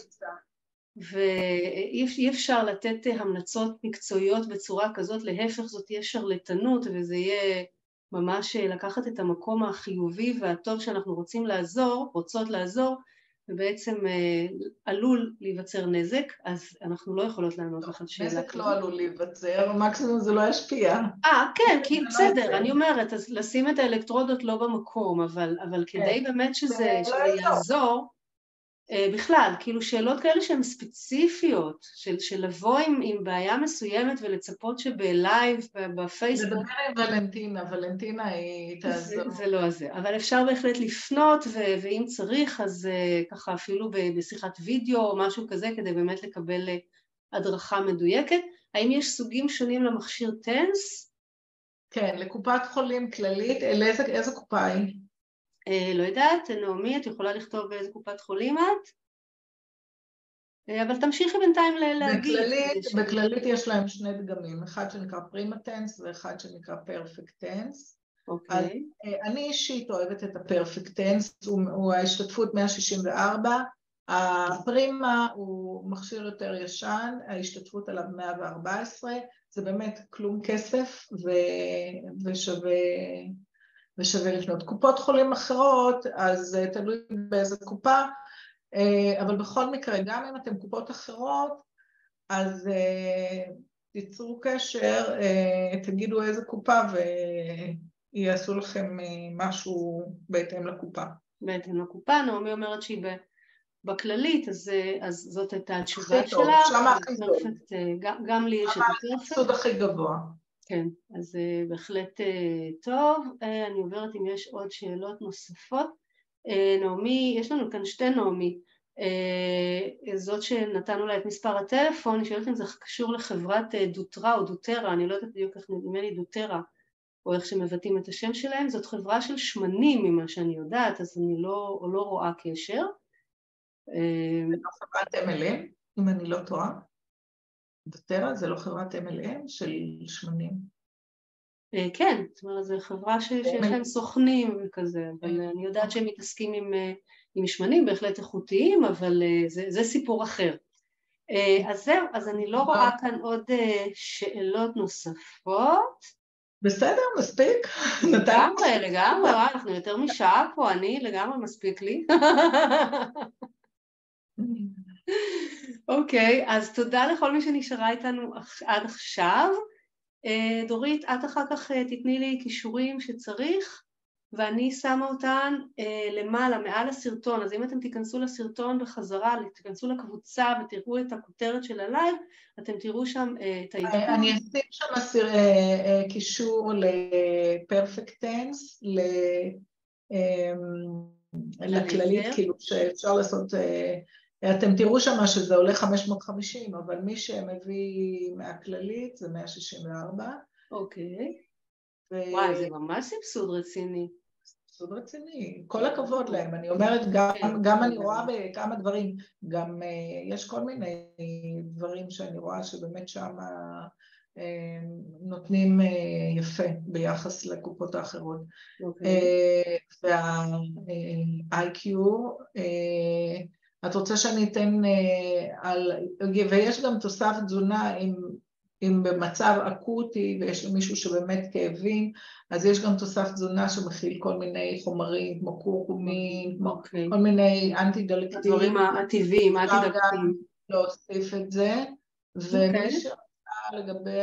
ואי אפשר לתת המלצות מקצועיות בצורה כזאת, להפך זאת תהיה שרלטנות, וזה יהיה ממש לקחת את המקום החיובי והטוב שאנחנו רוצים לעזור, רוצות לעזור, ובעצם עלול להיווצר נזק, אז אנחנו לא יכולות לענות לך על שאלה כזאת. נזק לא עלול להיווצר, מקסימום זה לא ישפיע. אה, כן, כי בסדר, אני אומרת, אז לשים את האלקטרודות לא במקום, אבל כדי באמת שזה יעזור, בכלל, כאילו שאלות כאלה שהן ספציפיות, של לבוא עם בעיה מסוימת ולצפות שבלייב, בפייסבוק... לדבר עם ולנטינה, ולנטינה היא תעזור. זה לא זה, אבל אפשר בהחלט לפנות, ואם צריך, אז ככה אפילו בשיחת וידאו או משהו כזה, כדי באמת לקבל הדרכה מדויקת. האם יש סוגים שונים למכשיר טנס? כן, לקופת חולים כללית, איזה קופה היא? לא יודעת, נעמי, את יכולה לכתוב באיזה קופת חולים את? אבל תמשיכי בינתיים להגיד. בכללית, בכללית יש להם שני דגמים, אחד שנקרא פרימה-טנס ואחד שנקרא פרפקט-טנס. אוקיי. אני אישית אוהבת את הפרפקט-טנס, הוא ההשתתפות מאה שישים וארבע, הפרימה הוא מכשיר יותר ישן, ההשתתפות עליו מאה וארבע עשרה, זה באמת כלום כסף ושווה... ושווה לפנות. קופות חולים אחרות, אז תלוי באיזה קופה, אבל בכל מקרה, גם אם אתם קופות אחרות, אז תיצרו קשר, תגידו איזה קופה, ויעשו לכם משהו בהתאם לקופה. בהתאם לקופה, נעמי אומרת שהיא בכללית, אז, אז זאת הייתה התשובה שלה. שם הכי טוב. גם לי יש את הפרפקט. הסוד הכי גבוה. כן, אז בהחלט טוב. אני עוברת אם יש עוד שאלות נוספות. נעמי, יש לנו כאן שתי נעמי. זאת שנתנו לה את מספר הטלפון, היא שואלת אם זה קשור לחברת דוטרה או דוטרה, אני לא יודעת בדיוק איך נדמה לי דוטרה, או איך שמבטאים את השם שלהם, זאת חברה של שמנים ממה שאני יודעת, אז אני לא, לא רואה קשר. זה לא חברת אם אל אם, אם אני לא טועה? דוטרה זה לא חברת אם אל אם של שמנים? כן, זאת אומרת, זו חברה שיש להם סוכנים וכזה, אבל אני יודעת שהם מתעסקים עם שמנים בהחלט איכותיים, אבל זה סיפור אחר. אז זהו, אז אני לא רואה כאן עוד שאלות נוספות. בסדר, מספיק. לגמרי, לגמרי, אנחנו יותר משעה פה, אני לגמרי מספיק לי. אוקיי, אז תודה לכל מי שנשארה איתנו עד עכשיו. דורית, את אחר כך תתני לי קישורים שצריך, ואני שמה אותן למעלה, מעל הסרטון, אז אם אתם תיכנסו לסרטון בחזרה, תיכנסו לקבוצה ותראו את הכותרת של הלייב, אתם תראו שם את העדכון. אני אשים שם קישור לפרפקט טנס, לכללית, כאילו שאפשר לעשות, אתם תראו שם שזה עולה חמש מאות וחמישים, אבל מי שמביא מהכללית זה מאה שישים וארבע. אוקיי. וואי, זה ממש סבסוד רציני. סבסוד רציני, כל הכבוד להם. אני אומרת, גם אני רואה בכמה דברים, גם יש כל מיני דברים שאני רואה שבאמת שם נותנים יפה ביחס לקופות האחרות. וה-איי קיו, את רוצה שאני אתן על, ויש גם תוסף תזונה עם, אם במצב אקוטי ויש למישהו שבאמת כאבים, אז יש גם תוסף תזונה שמכיל כל מיני חומרים, כמו קורקומין, כמו okay. כל מיני אנטי-דלקתיים. הדברים הטבעיים, אנטי-דלקתיים. להוסיף את זה, ומי שרצה לגבי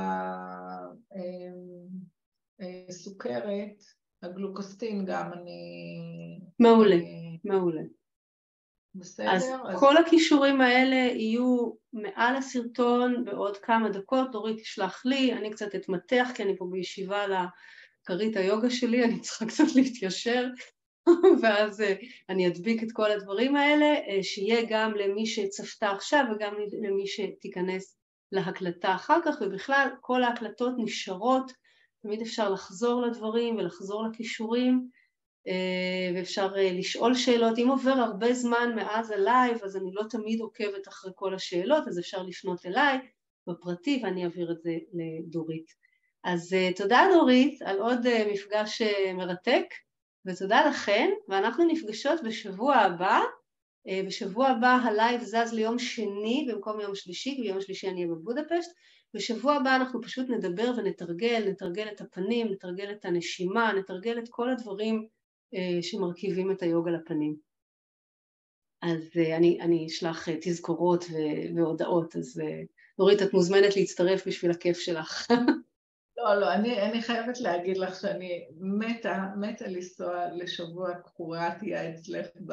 הסוכרת, הגלוקוסטין גם אני... מעולה, מעולה. בסדר? אז, אז כל הכישורים האלה יהיו מעל הסרטון בעוד כמה דקות, דורית תשלח לי, אני קצת אתמתח כי אני פה בישיבה לכרית היוגה שלי, אני צריכה קצת להתיישר, ואז אני אדביק את כל הדברים האלה, שיהיה גם למי שצפתה עכשיו וגם למי שתיכנס להקלטה אחר כך, ובכלל כל ההקלטות נשארות, תמיד אפשר לחזור לדברים ולחזור לכישורים, ואפשר לשאול שאלות. אם עובר הרבה זמן מאז הלייב, אז אני לא תמיד עוקבת אחרי כל השאלות, אז אפשר לפנות אליי בפרטי ואני אעביר את זה לדורית. אז תודה דורית על עוד מפגש מרתק, ותודה לכן, ואנחנו נפגשות בשבוע הבא. בשבוע הבא הלייב זז ליום שני במקום יום שלישי, כי ביום שלישי אני אהיה בבודפשט. בשבוע הבא אנחנו פשוט נדבר ונתרגל, נתרגל את הפנים, נתרגל את הנשימה, נתרגל את כל הדברים שמרכיבים את היוגה לפנים. אז אני, אני אשלח תזכורות והודעות, אז דורית, את מוזמנת להצטרף בשביל הכיף שלך. לא, לא, אני, אני חייבת להגיד לך שאני מתה, מתה לנסוע לשבוע קרואטיה אצלך ב...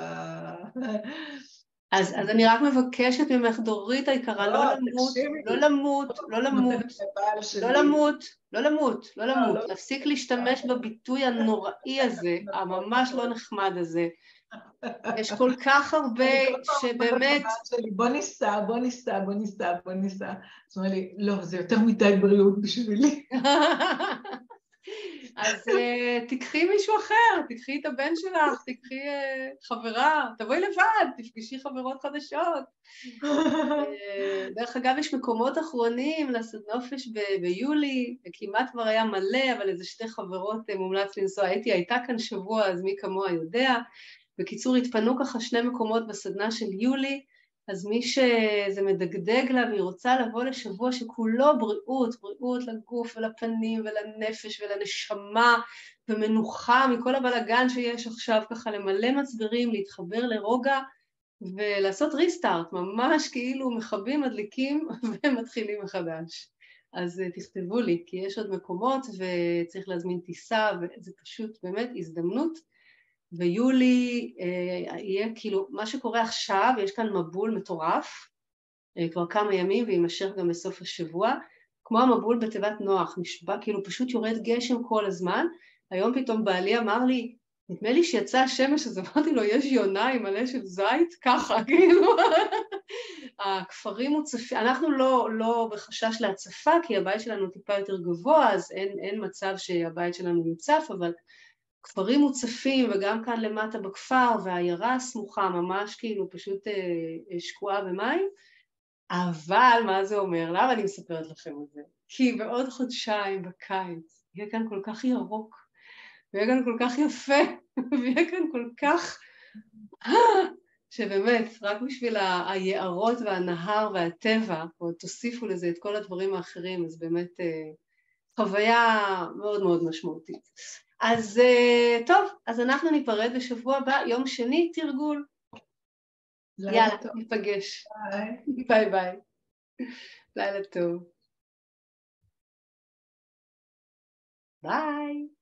אז, אז אני רק מבקשת ממך, דורית היקרה, לא למות, לא למות, לא למות, לא למות, לא למות, לא למות, להפסיק להשתמש בביטוי הנוראי הזה, הממש לא נחמד הזה. יש כל כך הרבה שבאמת... בוא ניסע, בוא ניסע, בוא ניסע, בוא ניסע. זאת אומרת לי, לא, זה יותר מדי בריאות בשבילי. אז תקחי מישהו אחר, תקחי את הבן שלך, תקחי חברה, תבואי לבד, תפגשי חברות חדשות. דרך אגב, יש מקומות אחרונים לעשות נופש ביולי, כמעט כבר היה מלא, אבל איזה שתי חברות מומלץ לנסוע. הייתי, הייתה כאן שבוע, אז מי כמוה יודע. בקיצור, התפנו ככה שני מקומות בסדנה של יולי, אז מי שזה מדגדג לה והיא רוצה לבוא לשבוע שכולו בריאות, בריאות לגוף ולפנים ולנפש ולנשמה ומנוחה מכל הבלגן שיש עכשיו, ככה למלא מצברים, להתחבר לרוגע ולעשות ריסטארט, ממש כאילו מכבים, מדליקים ומתחילים מחדש. אז תכתבו לי, כי יש עוד מקומות וצריך להזמין טיסה, וזה פשוט באמת הזדמנות. ויולי אה, יהיה כאילו, מה שקורה עכשיו, יש כאן מבול מטורף, אה, כבר כמה ימים וימשך גם בסוף השבוע, כמו המבול בתיבת נוח, נשבע, כאילו פשוט יורד גשם כל הזמן. היום פתאום בעלי אמר לי, נדמה לי שיצא השמש, אז אמרתי לו, יש יונה עם מלא של זית, ככה, כאילו. הכפרים מוצפים, אנחנו לא, לא בחשש להצפה, כי הבית שלנו טיפה יותר גבוה, אז אין, אין מצב שהבית שלנו יוצף, אבל כפרים מוצפים, וגם כאן למטה בכפר, והעיירה הסמוכה, ממש כאילו פשוט אה, שקועה במים, אבל מה זה אומר? למה אני מספרת לכם את זה? כי בעוד חודשיים בקיץ יהיה כאן כל כך ירוק, ויהיה כאן כל כך יפה, ויהיה כאן כל כך, שבאמת, רק בשביל היערות והנהר והטבע, או תוסיפו לזה את כל הדברים האחרים, אז באמת חוויה מאוד מאוד משמעותית. אז טוב, אז אנחנו ניפרד בשבוע הבא, יום שני, תרגול. יאללה, ניפגש. ביי. ביי ביי. לילה טוב. ביי.